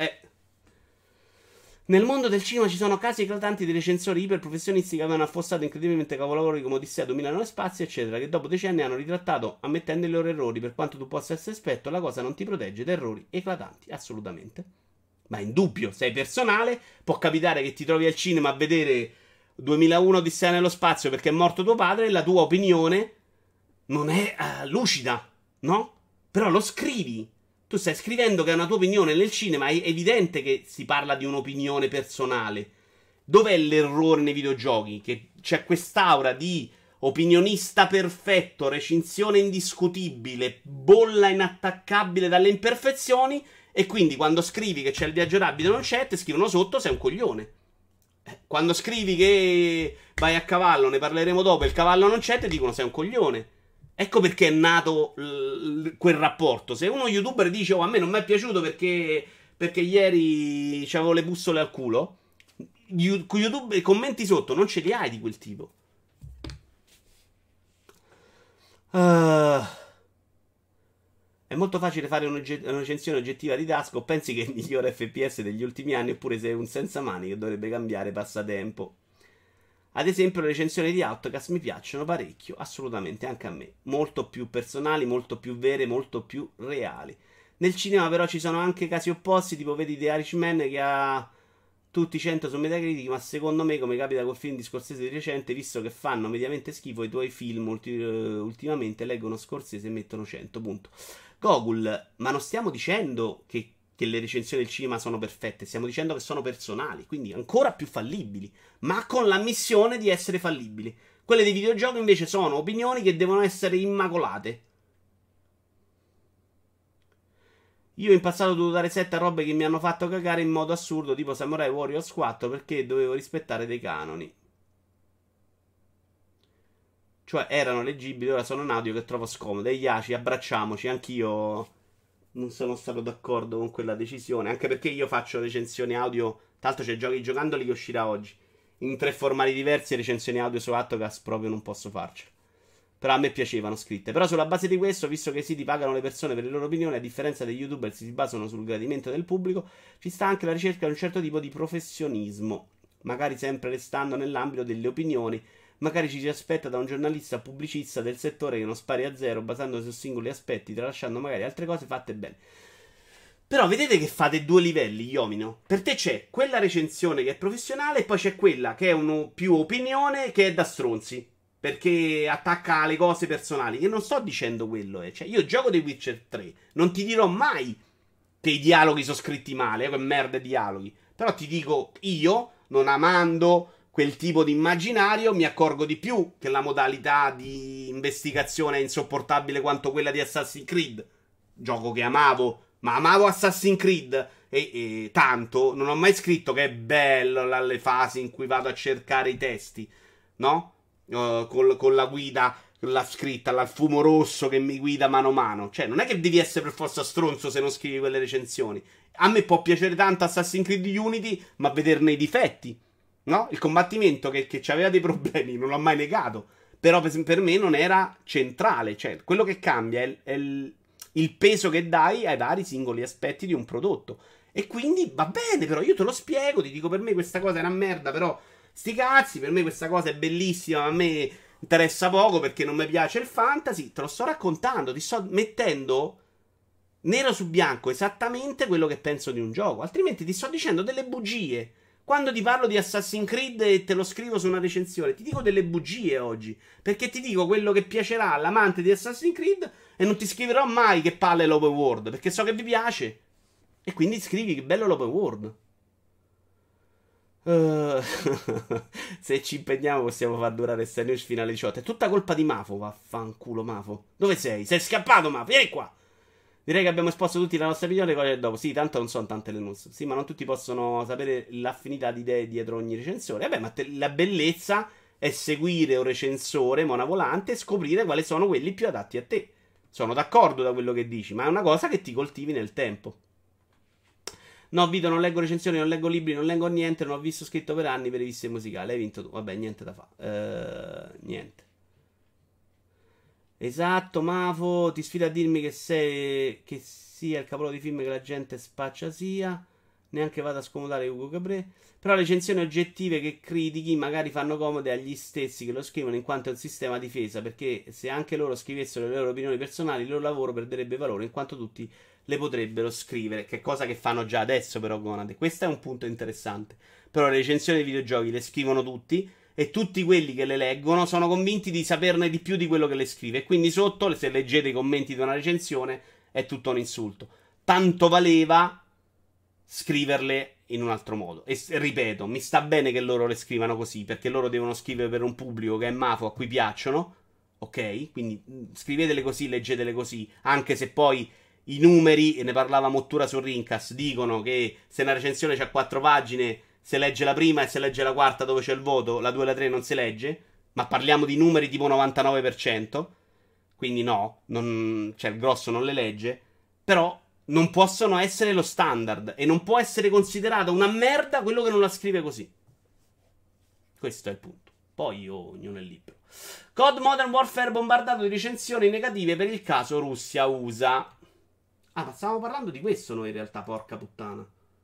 Nel mondo del cinema ci sono casi eclatanti di recensori iperprofessionisti che avevano affossato incredibilmente capolavori come Odissea dominano lo spazio, eccetera, che dopo decenni hanno ritrattato ammettendo i loro errori. Per quanto tu possa essere esperto, la cosa non ti protegge da errori eclatanti, assolutamente. Ma è indubbio, sei personale, può capitare che ti trovi al cinema a vedere 2001 Odissea nello spazio perché è morto tuo padre e la tua opinione non è lucida, no? Però lo scrivi. Tu stai scrivendo che è una tua opinione nel cinema, è evidente che si parla di un'opinione personale. Dov'è l'errore nei videogiochi? Che c'è quest'aura di opinionista perfetto, recensione indiscutibile, bolla inattaccabile dalle imperfezioni, e quindi quando scrivi che c'è il viaggio rapido e non c'è, ti scrivono sotto sei un coglione. Quando scrivi che vai a cavallo, ne parleremo dopo, il cavallo non c'è, ti dicono sei un coglione. Ecco perché è nato quel rapporto. Se uno youtuber dice a me non mi è piaciuto perché ieri c'avevo le bussole al culo, YouTube, i commenti sotto non ce li hai di quel tipo. È molto facile fare una recensione oggettiva di Tasco. Pensi che è il migliore FPS degli ultimi anni, oppure sei un senza mani che dovrebbe cambiare passatempo? Ad esempio, le recensioni di Outcast mi piacciono parecchio, assolutamente, anche a me. Molto più personali, molto più vere, molto più reali. Nel cinema però ci sono anche casi opposti, tipo vedi The Irishman che ha tutti 100 su Metacritic, ma secondo me, come capita col film di Scorsese di recente, visto che fanno mediamente schifo, i tuoi film ultimamente leggono Scorsese e mettono 100, punto. Gogul, ma non stiamo dicendo che le recensioni del cinema sono perfette, stiamo dicendo che sono personali, quindi ancora più fallibili, ma con l'ammissione di essere fallibili. Quelle dei videogiochi invece sono opinioni che devono essere immacolate. Io in passato ho dovuto dare 7 a robe che mi hanno fatto cagare in modo assurdo, tipo Samurai Warriors 4, perché dovevo rispettare dei canoni. Cioè erano leggibili, ora sono un audio che trovo scomodo. E Iaci, abbracciamoci, anch'io non sono stato d'accordo con quella decisione, anche perché io faccio recensioni audio, tanto c'è Giochi Giocandoli che uscirà oggi, in 3 formati diversi, recensioni audio su Attocast proprio non posso farcela. Però a me piacevano scritte. Però sulla base di questo, visto che i siti pagano le persone per le loro opinioni, a differenza degli youtuber si basano sul gradimento del pubblico, ci sta anche la ricerca di un certo tipo di professionismo, magari sempre restando nell'ambito delle opinioni. Magari ci si aspetta da un giornalista pubblicista del settore che non spari a zero basandosi su singoli aspetti, tralasciando magari altre cose fatte bene. Però vedete che fate 2 livelli, Iomino. Per te c'è quella recensione che è professionale e poi c'è quella che è più opinione, che è da stronzi, perché attacca alle cose personali. Io non sto dicendo quello, Cioè, io gioco The Witcher 3. Non ti dirò mai che i dialoghi sono scritti male, che merda di dialoghi. Però ti dico, io, non amando quel tipo di immaginario, mi accorgo di più che la modalità di investigazione è insopportabile quanto quella di Assassin's Creed. Gioco che amavo, ma amavo Assassin's Creed e tanto. Non ho mai scritto che è bello le fasi in cui vado a cercare i testi, no? Con la guida, la scritta, il fumo rosso che mi guida mano a mano. Cioè, non è che devi essere per forza stronzo se non scrivi quelle recensioni. A me può piacere tanto Assassin's Creed Unity, ma vederne i difetti, no? Il combattimento che aveva dei problemi, non l'ho mai negato. Però per me non era centrale. Cioè, quello che cambia è il peso che dai ai vari singoli aspetti di un prodotto. E quindi va bene, però io te lo spiego, ti dico per me questa cosa è una merda, però sti cazzi, per me questa cosa è bellissima, ma a me interessa poco perché non mi piace il fantasy. Te lo sto raccontando, ti sto mettendo nero su bianco esattamente quello che penso di un gioco. Altrimenti ti sto dicendo delle bugie. Quando ti parlo di Assassin's Creed e te lo scrivo su una recensione, ti dico delle bugie oggi. Perché ti dico quello che piacerà all'amante di Assassin's Creed e non ti scriverò mai che palle l'open world, perché so che vi piace. E quindi scrivi che bello l'open world. Se ci impegniamo possiamo far durare sta news fino alle 18. È tutta colpa di Mafo, vaffanculo Mafo. Dove sei? Sei scappato Mafo, vieni qua. Direi che abbiamo esposto tutti la nostra opinione. Cosa c'è dopo? Sì, tanto non sono tante le news. Sì, ma non tutti possono sapere l'affinità di idee dietro ogni recensore. Vabbè, ma la bellezza è seguire un recensore Mona Volante e scoprire quali sono quelli più adatti a te. Sono d'accordo da quello che dici, ma è una cosa che ti coltivi nel tempo. No, Vito, non leggo recensioni, non leggo libri, non leggo niente. Non ho visto scritto per anni per riviste musicali. Hai vinto tu. Vabbè, niente da fare. Niente. Esatto, Mafo, ti sfido a dirmi che sia il capolavoro di film che la gente spaccia sia. Neanche vado a scomodare Ugo Cabré. Però le recensioni oggettive che critichi magari fanno comode agli stessi che lo scrivono in quanto è un sistema a difesa, perché se anche loro scrivessero le loro opinioni personali, il loro lavoro perderebbe valore in quanto tutti le potrebbero scrivere. Che cosa che fanno già adesso però, Gonade. Questo è un punto interessante. Però le recensioni dei videogiochi le scrivono tutti e tutti quelli che le leggono sono convinti di saperne di più di quello che le scrive. E quindi sotto, se leggete i commenti di una recensione, è tutto un insulto. Tanto valeva scriverle in un altro modo. E ripeto, mi sta bene che loro le scrivano così, perché loro devono scrivere per un pubblico che è Mafo, a cui piacciono. Ok? Quindi scrivetele così, leggetele così. Anche se poi i numeri, e ne parlava Mottura su Rincas, dicono che se una recensione c'ha 4 pagine, se legge la prima e se legge la quarta dove c'è il voto, la 2 e la 3 non si legge. Ma parliamo di numeri tipo 99%. Quindi no, cioè il grosso non le legge. Però non possono essere lo standard. E non può essere considerato una merda quello che non la scrive così. Questo è il punto. Poi ognuno è libero. COD Modern Warfare bombardato di recensioni negative per il caso Russia-USA. Ah, ma stavamo parlando di questo noi in realtà, porca puttana.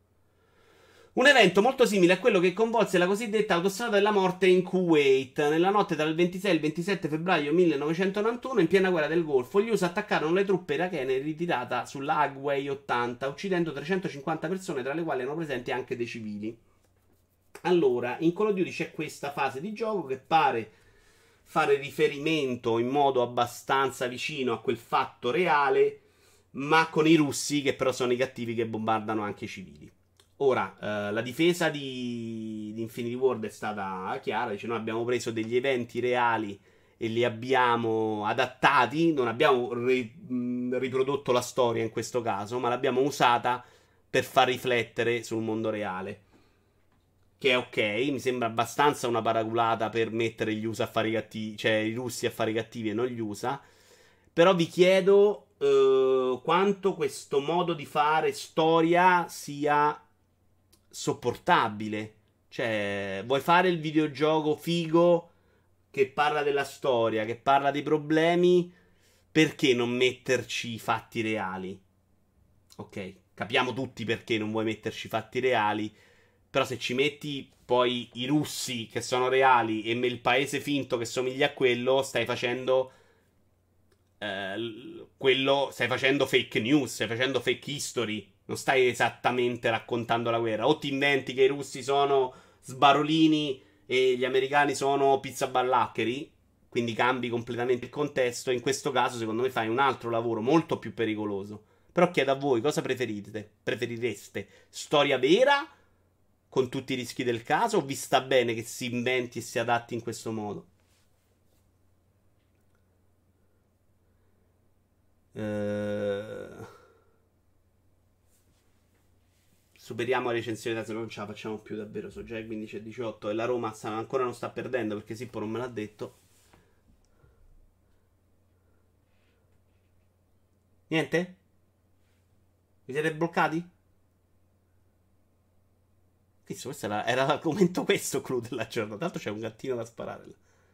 Un evento molto simile a quello che coinvolse la cosiddetta autostrada della morte in Kuwait. Nella notte tra il 26 e il 27 febbraio 1991, in piena guerra del Golfo, gli USA attaccarono le truppe irachene in ritirata sulla Highway 80, uccidendo 350 persone, tra le quali erano presenti anche dei civili. Allora, in Call of Duty c'è questa fase di gioco che pare fare riferimento in modo abbastanza vicino a quel fatto reale, ma con i russi che però sono i cattivi che bombardano anche i civili. Ora, la difesa di Infinity Ward è stata chiara, dice noi abbiamo preso degli eventi reali e li abbiamo adattati, non abbiamo riprodotto la storia in questo caso, ma l'abbiamo usata per far riflettere sul mondo reale. Che è ok, mi sembra abbastanza una paraculata per mettere gli USA a fare i cattivi, cioè i russi a fare i cattivi e non gli USA. Però vi chiedo quanto questo modo di fare storia sia sopportabile. Cioè, vuoi fare il videogioco figo che parla della storia, che parla dei problemi, perché non metterci i fatti reali? Ok, capiamo tutti perché non vuoi metterci i fatti reali, però se ci metti poi i russi che sono reali e il paese finto che somiglia a quello, stai facendo stai facendo fake news, stai facendo fake history. Non stai esattamente raccontando la guerra. O ti inventi che i russi sono sbarolini e gli americani sono pizzaballaccheri, quindi cambi completamente il contesto. In questo caso, secondo me, fai un altro lavoro molto più pericoloso. Però chiedo a voi, cosa preferite? Preferireste storia vera, con tutti i rischi del caso, o vi sta bene che si inventi e si adatti in questo modo? Superiamo la recensione, se non ce la facciamo più davvero. So già il 15 e 18 e la Roma ancora non sta perdendo perché Sippo non me l'ha detto. Niente? Vi siete bloccati? Questo era l'argomento questo clou della giornata. Tanto c'è un gattino da sparare.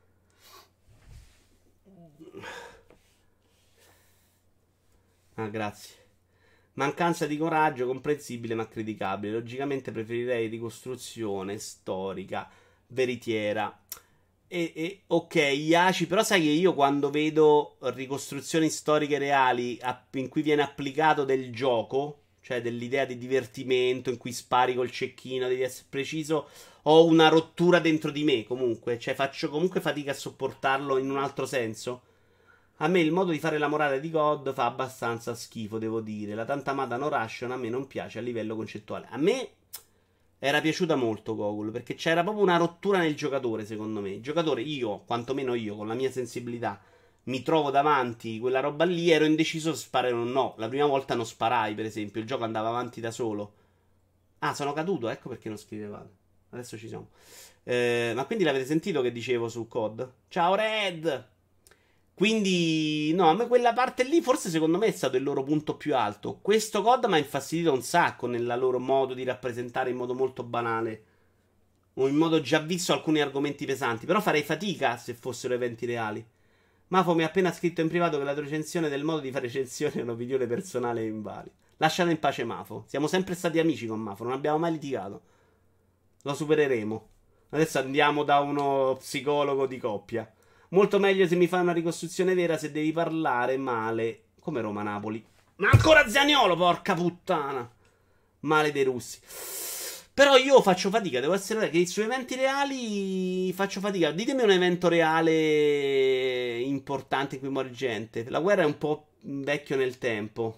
Ah, grazie. Mancanza di coraggio, comprensibile ma criticabile. Logicamente preferirei ricostruzione storica, veritiera. Ok, Iaci, però sai che io quando vedo ricostruzioni storiche reali in cui viene applicato del gioco, cioè dell'idea di divertimento in cui spari col cecchino, devi essere preciso, ho una rottura dentro di me comunque, cioè faccio comunque fatica a sopportarlo in un altro senso. A me il modo di fare la morale di God fa abbastanza schifo, devo dire. La tanta amata No Ration a me non piace a livello concettuale. A me era piaciuta molto Gogol, perché c'era proprio una rottura nel giocatore, secondo me. Il giocatore, io, quantomeno io, con la mia sensibilità, mi trovo davanti quella roba lì, ero indeciso se sparare o no. La prima volta non sparai, per esempio, il gioco andava avanti da solo. Ah, sono caduto, ecco perché non scrivevate. Adesso ci siamo. Ma quindi l'avete sentito che dicevo su COD? Ciao Red! Quindi, no, a me quella parte lì, forse secondo me è stato il loro punto più alto. Questo COD mi ha infastidito un sacco nel loro modo di rappresentare in modo molto banale. O in modo già visto alcuni argomenti pesanti. Però farei fatica se fossero eventi reali. Mafo mi ha appena scritto in privato che la tua recensione del modo di fare recensione è un'opinione personale e invalida. Lascialo in pace, Mafo. Siamo sempre stati amici con Mafo, non abbiamo mai litigato. Lo supereremo. Adesso andiamo da uno psicologo di coppia. Molto meglio se mi fai una ricostruzione vera se devi parlare male. Come Roma-Napoli. Ma ancora Zaniolo, porca puttana. Male dei russi. Però io faccio fatica, devo essere onesto, che sui eventi reali faccio fatica. Ditemi un evento reale importante in cui muore gente. La guerra è un po' vecchio nel tempo.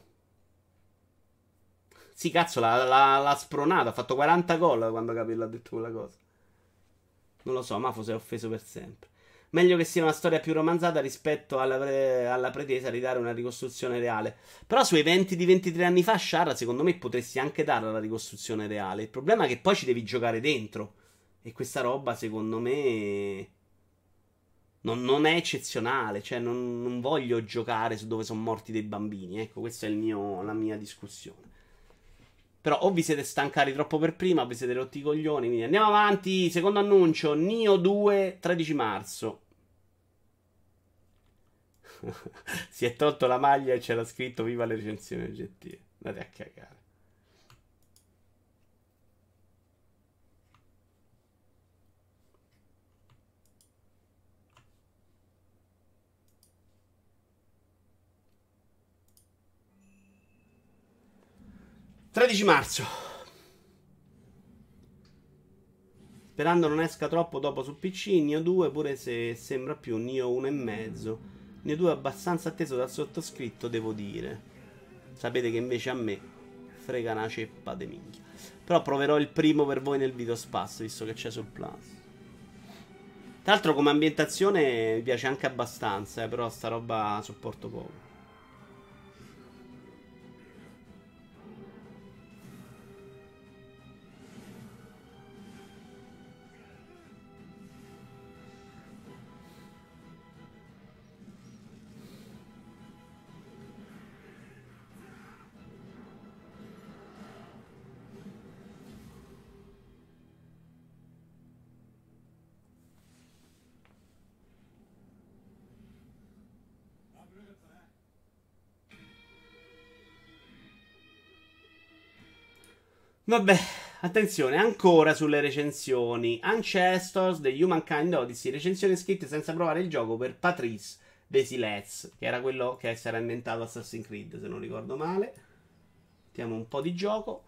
Sì, cazzo, l'ha spronata. Ha fatto 40 gol quando Capello ha detto quella cosa. Non lo so, Mafo si è offeso per sempre. Meglio che sia una storia più romanzata rispetto alla pretesa di dare una ricostruzione reale. Però su eventi di 23 anni fa, Shara, secondo me potresti anche darla la ricostruzione reale. Il problema è che poi ci devi giocare dentro. E questa roba, secondo me, non è eccezionale. Cioè, non voglio giocare su dove sono morti dei bambini. Ecco, questa è la mia discussione. Però o vi siete stancati troppo per prima o vi siete rotti i coglioni. Quindi andiamo avanti. Secondo annuncio: Nio 2, 13 marzo. Si è tolto la maglia e c'era scritto viva le recensioni oggettive. Andate a cagare. «13 marzo. Sperando non esca troppo dopo su PC, Nio 2, pure se sembra più Nio 1 e mezzo. Nio 2 è abbastanza atteso dal sottoscritto, devo dire. Sapete che invece a me frega una ceppa de minchia. Però proverò il primo per voi nel video spasso, visto che c'è sul Plus. Tra l'altro come ambientazione mi piace anche abbastanza, però sta roba sopporto poco. Vabbè, attenzione, ancora sulle recensioni. Ancestors, The Humankind Odyssey, recensioni scritte senza provare il gioco per Patrice Desilets, che era quello che si era inventato Assassin's Creed, se non ricordo male. Mettiamo un po' di gioco.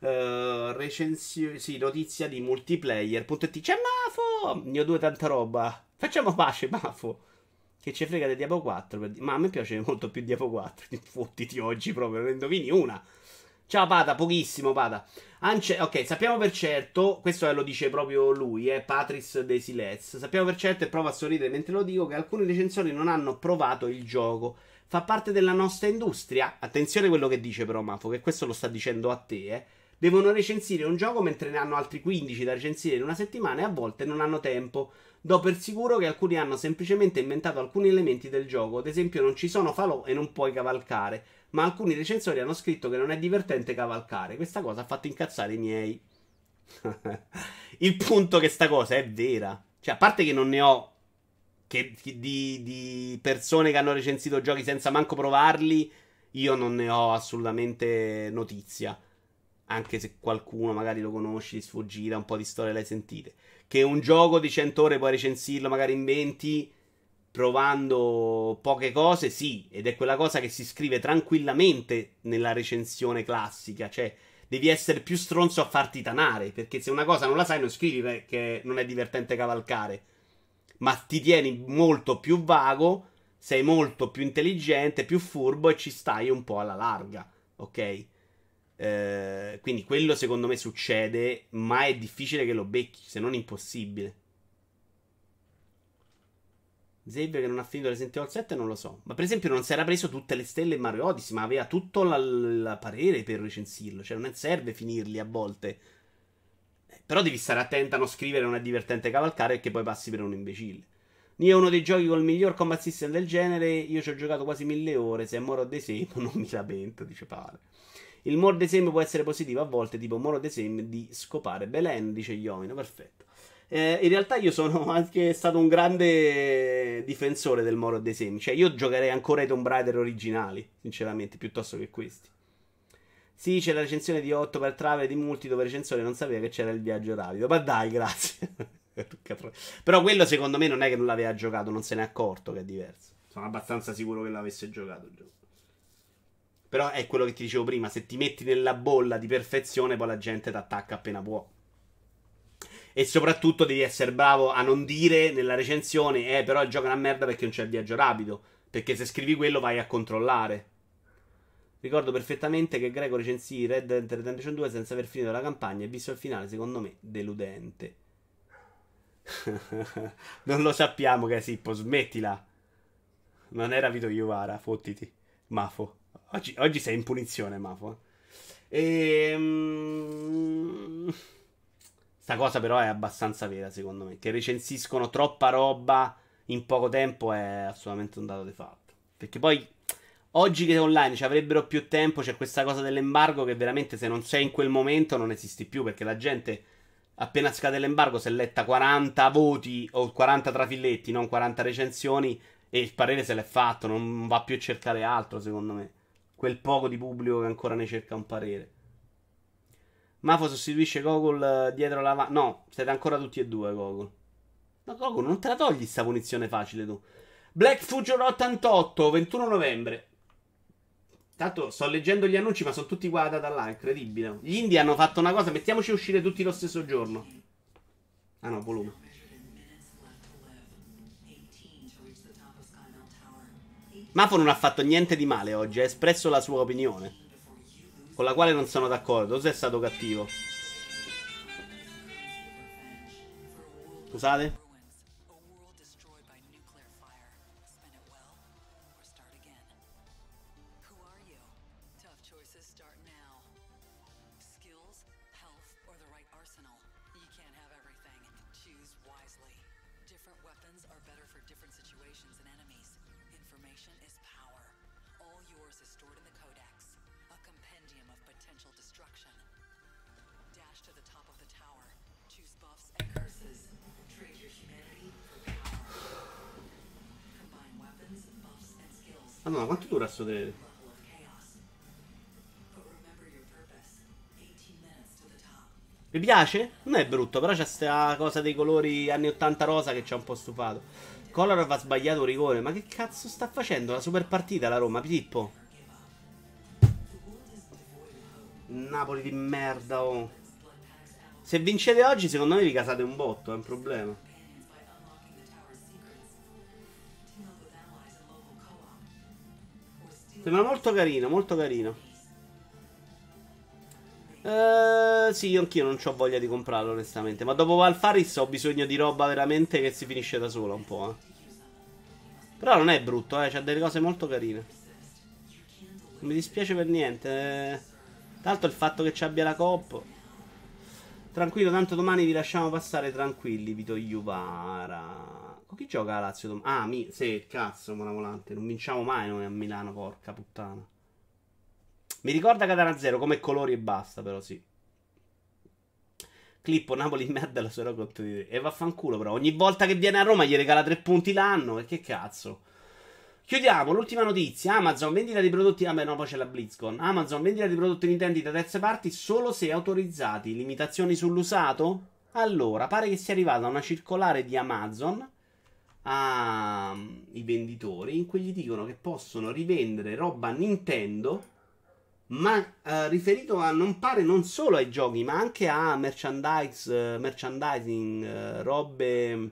Sì, notizia di multiplayer.it. C'è Mafo! Ne ho due tanta roba. Facciamo pace, Mafo. Che ci frega di Diablo 4. Ma a me piace molto più Diablo 4. Fottiti oggi proprio, ne indovini una. Ciao Pata, pochissimo Pata. Ok, sappiamo per certo, questo lo dice proprio lui, Patrice Desilets. Sappiamo per certo e provo a sorridere mentre lo dico che alcuni recensori non hanno provato il gioco. Fa parte della nostra industria. Attenzione a quello che dice però Mafo, che questo lo sta dicendo a te, Devono recensire un gioco mentre ne hanno altri 15 da recensire in una settimana e a volte non hanno tempo. Do per sicuro che alcuni hanno semplicemente inventato alcuni elementi del gioco. Ad esempio non ci sono falò e non puoi cavalcare. Ma alcuni recensori hanno scritto che non è divertente cavalcare. Questa cosa ha fatto incazzare i miei. Il punto che sta cosa è vera. Cioè, a parte che non ne ho di persone che hanno recensito giochi senza manco provarli, io non ne ho assolutamente notizia. Anche se qualcuno magari lo conosci di sfuggita, un po' di storie l'hai sentite. Che un gioco di 100 ore puoi recensirlo magari in 20 provando poche cose, sì, ed è quella cosa che si scrive tranquillamente nella recensione classica, cioè devi essere più stronzo a farti tanare, perché se una cosa non la sai non scrivi che non è divertente cavalcare, ma ti tieni molto più vago, sei molto più intelligente, più furbo e ci stai un po' alla larga, ok? Quindi quello secondo me succede, ma è difficile che lo becchi, se non impossibile. Xavier che non ha finito Resident Evil 7 non lo so. Ma per esempio non si era preso tutte le stelle in Mario Odyssey, ma aveva tutto il parere per recensirlo. Cioè non serve finirli a volte. Però devi stare attento a non scrivere non è divertente cavalcare e che poi passi per un imbecille. Nio è uno dei giochi col miglior combat system del genere. Io ci ho giocato quasi 1000 ore. Se è More of the Same non mi lamento, dice Pare. Il More of the Same può essere positivo a volte, tipo More of the Same di scopare Belen, dice Iomino. Perfetto. In realtà io sono anche stato un grande difensore del More of the Same. Cioè io giocherei ancora i Tomb Raider originali, sinceramente, piuttosto che questi. Sì, c'è la recensione di 8 per Travel di Multi dove il recensore non sapeva che c'era il viaggio rapido. Ma dai, grazie. Però quello secondo me non è che non l'aveva giocato, non se n'è accorto che è diverso. Sono abbastanza sicuro che l'avesse giocato. Però è quello che ti dicevo prima, se ti metti nella bolla di perfezione poi la gente ti attacca appena può. E soprattutto devi essere bravo a non dire nella recensione però il gioco è una merda perché non c'è il viaggio rapido. Perché se scrivi quello vai a controllare. Ricordo perfettamente che Greco recensì Red Dead Redemption 2 senza aver finito la campagna e visto il finale, secondo me, deludente. Non lo sappiamo che Sippo, smettila. Non era Vito Iuvara, fottiti. Mafo. Oggi sei in punizione, Mafo. Sta cosa però è abbastanza vera, secondo me. Che recensiscono troppa roba in poco tempo è assolutamente un dato di fatto. Perché poi oggi che online ci avrebbero più tempo, c'è questa cosa dell'embargo che veramente se non sei in quel momento non esisti più, perché la gente appena scade l'embargo si è letta 40 voti o 40 trafilletti, non 40 recensioni e il parere se l'è fatto, non va più a cercare altro secondo me. Quel poco di pubblico che ancora ne cerca un parere. Mafo sostituisce Gogol dietro la... No, siete ancora tutti e due Gogol. No Gogol, non te la togli sta punizione facile tu. Black Future 88, 21 novembre. Tanto sto leggendo gli annunci, ma sono tutti qua da là, incredibile. Gli indie hanno fatto una cosa, mettiamoci a uscire tutti lo stesso giorno. Ah no, volume. Mafo non ha fatto niente di male oggi, ha espresso la sua opinione, con la quale non sono d'accordo. Tu sei stato cattivo. Scusate? Madonna, quanto dura sto trailer? Mi piace? Non è brutto, però c'è sta cosa dei colori anni 80 rosa che ci ha un po' stufato. Kolarov ha sbagliato un rigore. Ma che cazzo sta facendo? La super partita la Roma, Pippo. Napoli di merda, oh. Se vincete oggi, secondo me vi casate un botto, è un problema. Sembra molto carino, molto carino. Sì, anch'io non ho voglia di comprarlo, onestamente. Ma dopo Valfaris ho bisogno di roba veramente che si finisce da sola un po', Però non è brutto, c'ha delle cose molto carine. Non mi dispiace per niente. Tanto il fatto che ci abbia la Coop. Tranquillo, tanto domani vi lasciamo passare tranquilli, Vito Iuvara. Con chi gioca la Lazio domani? Sì, cazzo, volante. Non vinciamo mai noi a Milano, porca puttana. Mi ricorda Catana Zero come colori e basta, però sì. Clippo, Napoli merda lo sarò contro di te. E vaffanculo, però. Ogni volta che viene a Roma gli regala 3 punti l'anno. E che cazzo. Chiudiamo, l'ultima notizia. Amazon vendita di prodotti... Vabbè, no, poi c'è la BlizzCon. Amazon vendita di prodotti Nintendo da terze parti solo se autorizzati. Limitazioni sull'usato? Allora, pare che sia arrivata una circolare di Amazon ai venditori in cui gli dicono che possono rivendere roba Nintendo, ma riferito a, non pare, non solo ai giochi, ma anche a merchandising, robe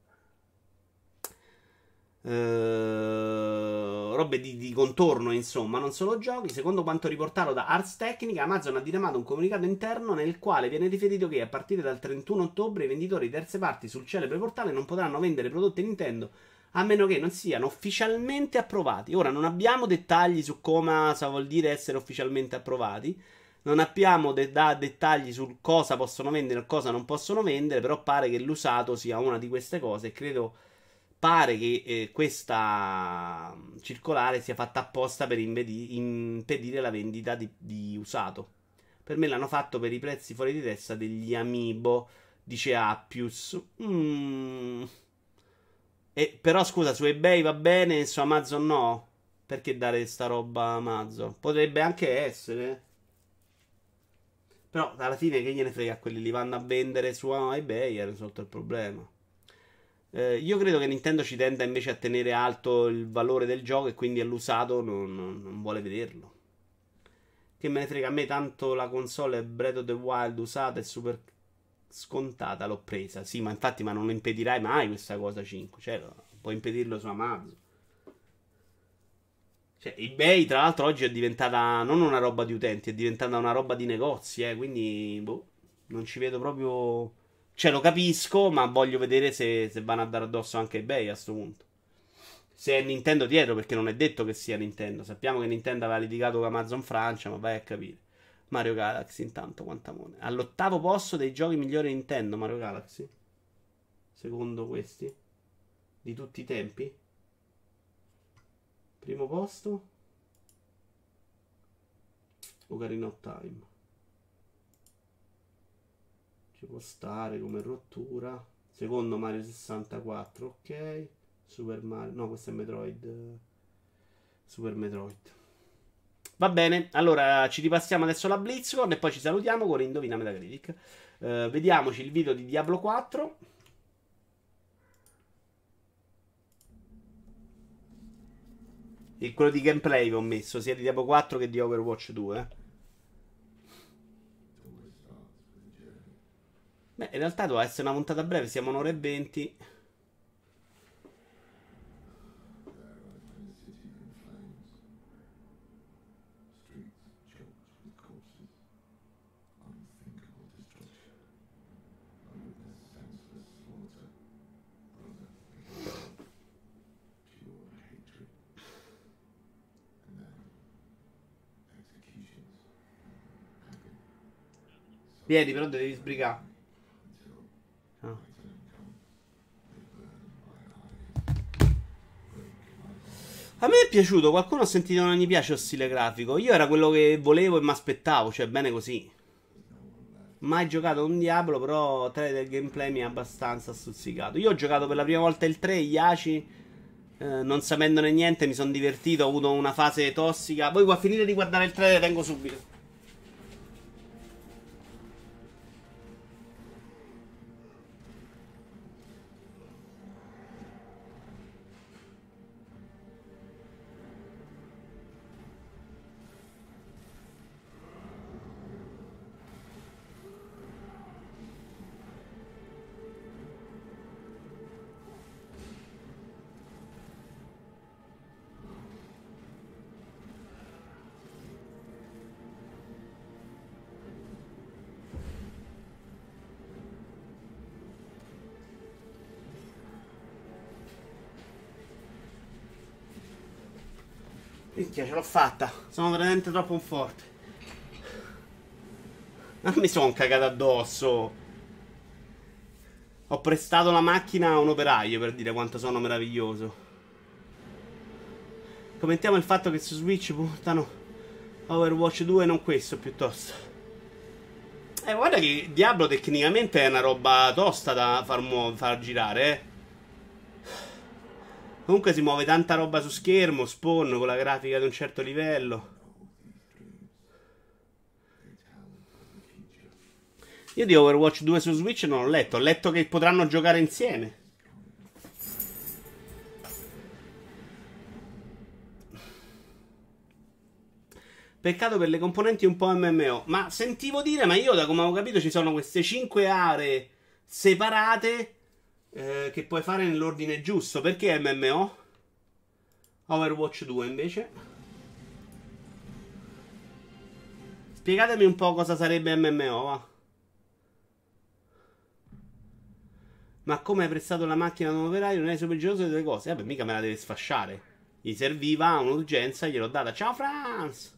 robe di contorno, insomma, non solo giochi. Secondo quanto riportato da Ars Technica, Amazon ha diramato un comunicato interno nel quale viene riferito che a partire dal 31 ottobre i venditori di terze parti sul celebre portale non potranno vendere prodotti Nintendo a meno che non siano ufficialmente approvati. Ora non abbiamo dettagli su cosa vuol dire essere ufficialmente approvati. Non abbiamo dettagli su cosa possono vendere e cosa non possono vendere. Però pare che l'usato sia una di queste cose. E credo. Pare che questa circolare sia fatta apposta per impedire la vendita di usato. Per me l'hanno fatto per i prezzi fuori di testa degli Amiibo, dice Appius. Però scusa, su eBay va bene, su Amazon no? Perché dare sta roba a Amazon? Potrebbe anche essere. Però alla fine che gliene frega a quelli li vanno a vendere su eBay e è risolto il problema. Io credo che Nintendo ci tenda invece a tenere alto il valore del gioco e quindi all'usato non vuole vederlo. Che me ne frega a me, tanto la console Breath of the Wild usata è super scontata, l'ho presa. Sì, ma infatti ma non impedirai mai questa cosa 5. Cioè, puoi impedirlo su Amazon. Cioè, eBay tra l'altro oggi è diventata non una roba di utenti, è diventata una roba di negozi, quindi boh, non ci vedo proprio. Cioè, lo capisco, ma voglio vedere se vanno a dare addosso anche eBay a sto punto. Se è Nintendo dietro, perché non è detto che sia Nintendo. Sappiamo che Nintendo aveva litigato con Amazon Francia, ma vai a capire. Mario Galaxy, intanto, quanta moneta. All'8° posto dei giochi migliori Nintendo, Mario Galaxy. Secondo questi. Di tutti i tempi. Primo posto. Ocarina of Time. Ci può stare come rottura. Secondo Mario 64, ok. Super Mario. No, questo è Metroid. Super Metroid. Va bene, allora ci ripassiamo adesso la BlizzCon e poi ci salutiamo con Indovina Metacritic. Vediamoci il video di Diablo 4. E quello di gameplay vi ho messo sia di Diablo 4 che di Overwatch 2. Beh, in realtà doveva essere una puntata breve, siamo un'ora e 20. Vieni, però devi sbrigare. Ah. A me è piaciuto, qualcuno ha sentito che non gli piace lo stile grafico. Io era quello che volevo e mi aspettavo, cioè bene così. Mai giocato un Diablo, però 3 del gameplay mi ha abbastanza stuzzicato. Io ho giocato per la prima volta il 3, Yachi, non sapendone niente, mi sono divertito, ho avuto una fase tossica. Poi qua finire di guardare il 3 vengo subito. Minchia, ce l'ho fatta. Sono veramente troppo forte. Non mi sono cagato addosso. Ho prestato la macchina a un operaio per dire quanto sono meraviglioso. Commentiamo il fatto che su Switch puntano Overwatch 2 e non questo piuttosto. Guarda che Diablo tecnicamente è una roba tosta da far girare, Comunque si muove tanta roba su schermo, spawn con la grafica di un certo livello. Io di Overwatch 2 su Switch non ho letto che potranno giocare insieme. Peccato per le componenti un po' MMO. Ma sentivo dire, ma io da come avevo capito ci sono queste 5 aree separate che puoi fare nell'ordine giusto. Perché MMO? Overwatch 2 invece. Spiegatemi un po' cosa sarebbe MMO, va. Ma come hai prestato la macchina a un operaio? Non hai supergeloso delle cose. Vabbè, mica me la deve sfasciare. Gli serviva un'urgenza, gliel'ho data. Ciao Franz!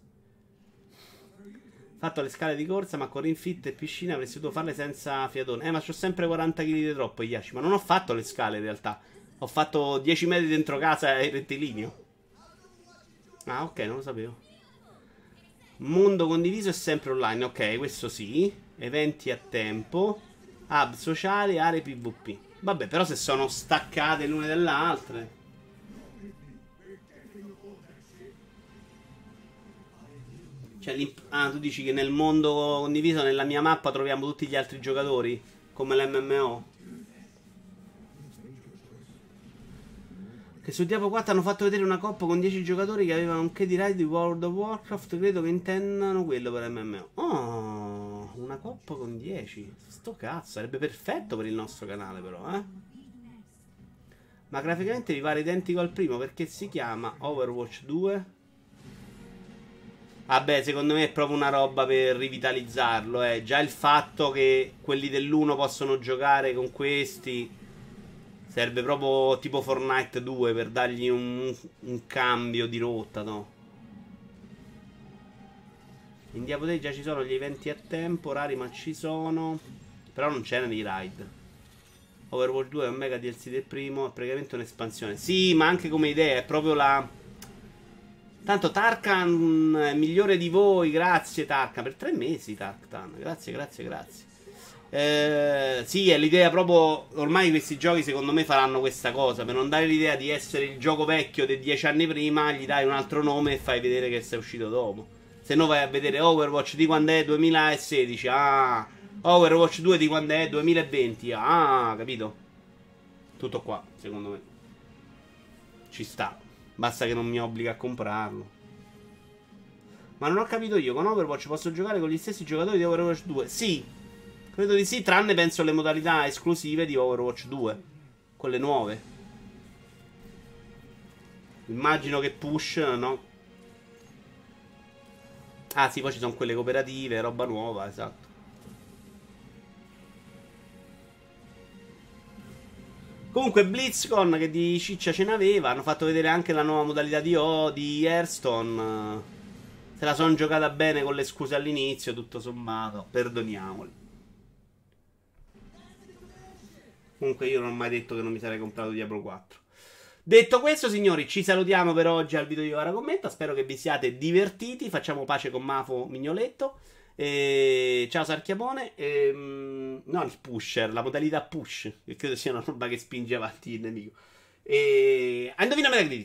Fatto le scale di corsa, ma con rinfit e piscina avresti dovuto farle senza fiatone. Ma c'ho sempre 40 kg di troppo, Iaci. Ma non ho fatto le scale in realtà. Ho fatto 10 metri dentro casa e rettilineo. Ah, ok, non lo sapevo. Mondo condiviso è sempre online. Ok, questo sì. Eventi a tempo. Hub sociali, aree PvP. Vabbè, però se sono staccate l'une dall'altra. Cioè, tu dici che nel mondo condiviso, nella mia mappa, troviamo tutti gli altri giocatori? Come l'MMO? Che su Diablo 4 hanno fatto vedere una coppa con 10 giocatori che avevano un che di raid di World of Warcraft. Credo che intendano quello per MMO. Oh, una coppa con 10. Sto cazzo, sarebbe perfetto per il nostro canale, però, eh. Ma graficamente mi pare identico al primo perché si chiama Overwatch 2. Vabbè, secondo me è proprio una roba per rivitalizzarlo, eh. Già il fatto che quelli dell'1 possono giocare con questi serve proprio tipo Fortnite 2 per dargli un cambio di rotta, no? In Diablo Day già ci sono gli eventi a tempo, rari ma ci sono. Però non c'è nei raid. Overwatch 2 è un mega DLC del primo, è praticamente un'espansione. Sì, ma anche come idea, è proprio la... Tanto Tarkan è migliore di voi, grazie Tarkan. Per 3 mesi Tarkan, grazie, grazie, grazie. Sì, è l'idea proprio. Ormai questi giochi secondo me faranno questa cosa. Per non dare l'idea di essere il gioco vecchio dei 10 anni prima, gli dai un altro nome e fai vedere che sei uscito dopo. Se no vai a vedere Overwatch di quando è 2016. Ah, Overwatch 2 di quando è 2020. Ah, capito? Tutto qua, secondo me. Ci sta. Basta che non mi obbliga a comprarlo. Ma non ho capito io, con Overwatch posso giocare con gli stessi giocatori di Overwatch 2? Sì, credo di sì, tranne penso le modalità esclusive di Overwatch 2. Quelle nuove. Immagino che push, no? Ah sì, poi ci sono quelle cooperative, roba nuova, esatto. Comunque BlizzCon che di ciccia ce n'aveva. Hanno fatto vedere anche la nuova modalità di Hearthstone. Se la sono giocata bene con le scuse all'inizio, tutto sommato. Perdoniamoli. Comunque io non ho mai detto che non mi sarei comprato Diablo 4. Detto questo, signori, ci salutiamo per oggi al video di Ora Commenta. Spero che vi siate divertiti. Facciamo pace con Mafo Mignoletto. Ciao Sarchiapone. No, il pusher, la modalità push, che credo sia una roba che spinge avanti il nemico. A indovinare la critica.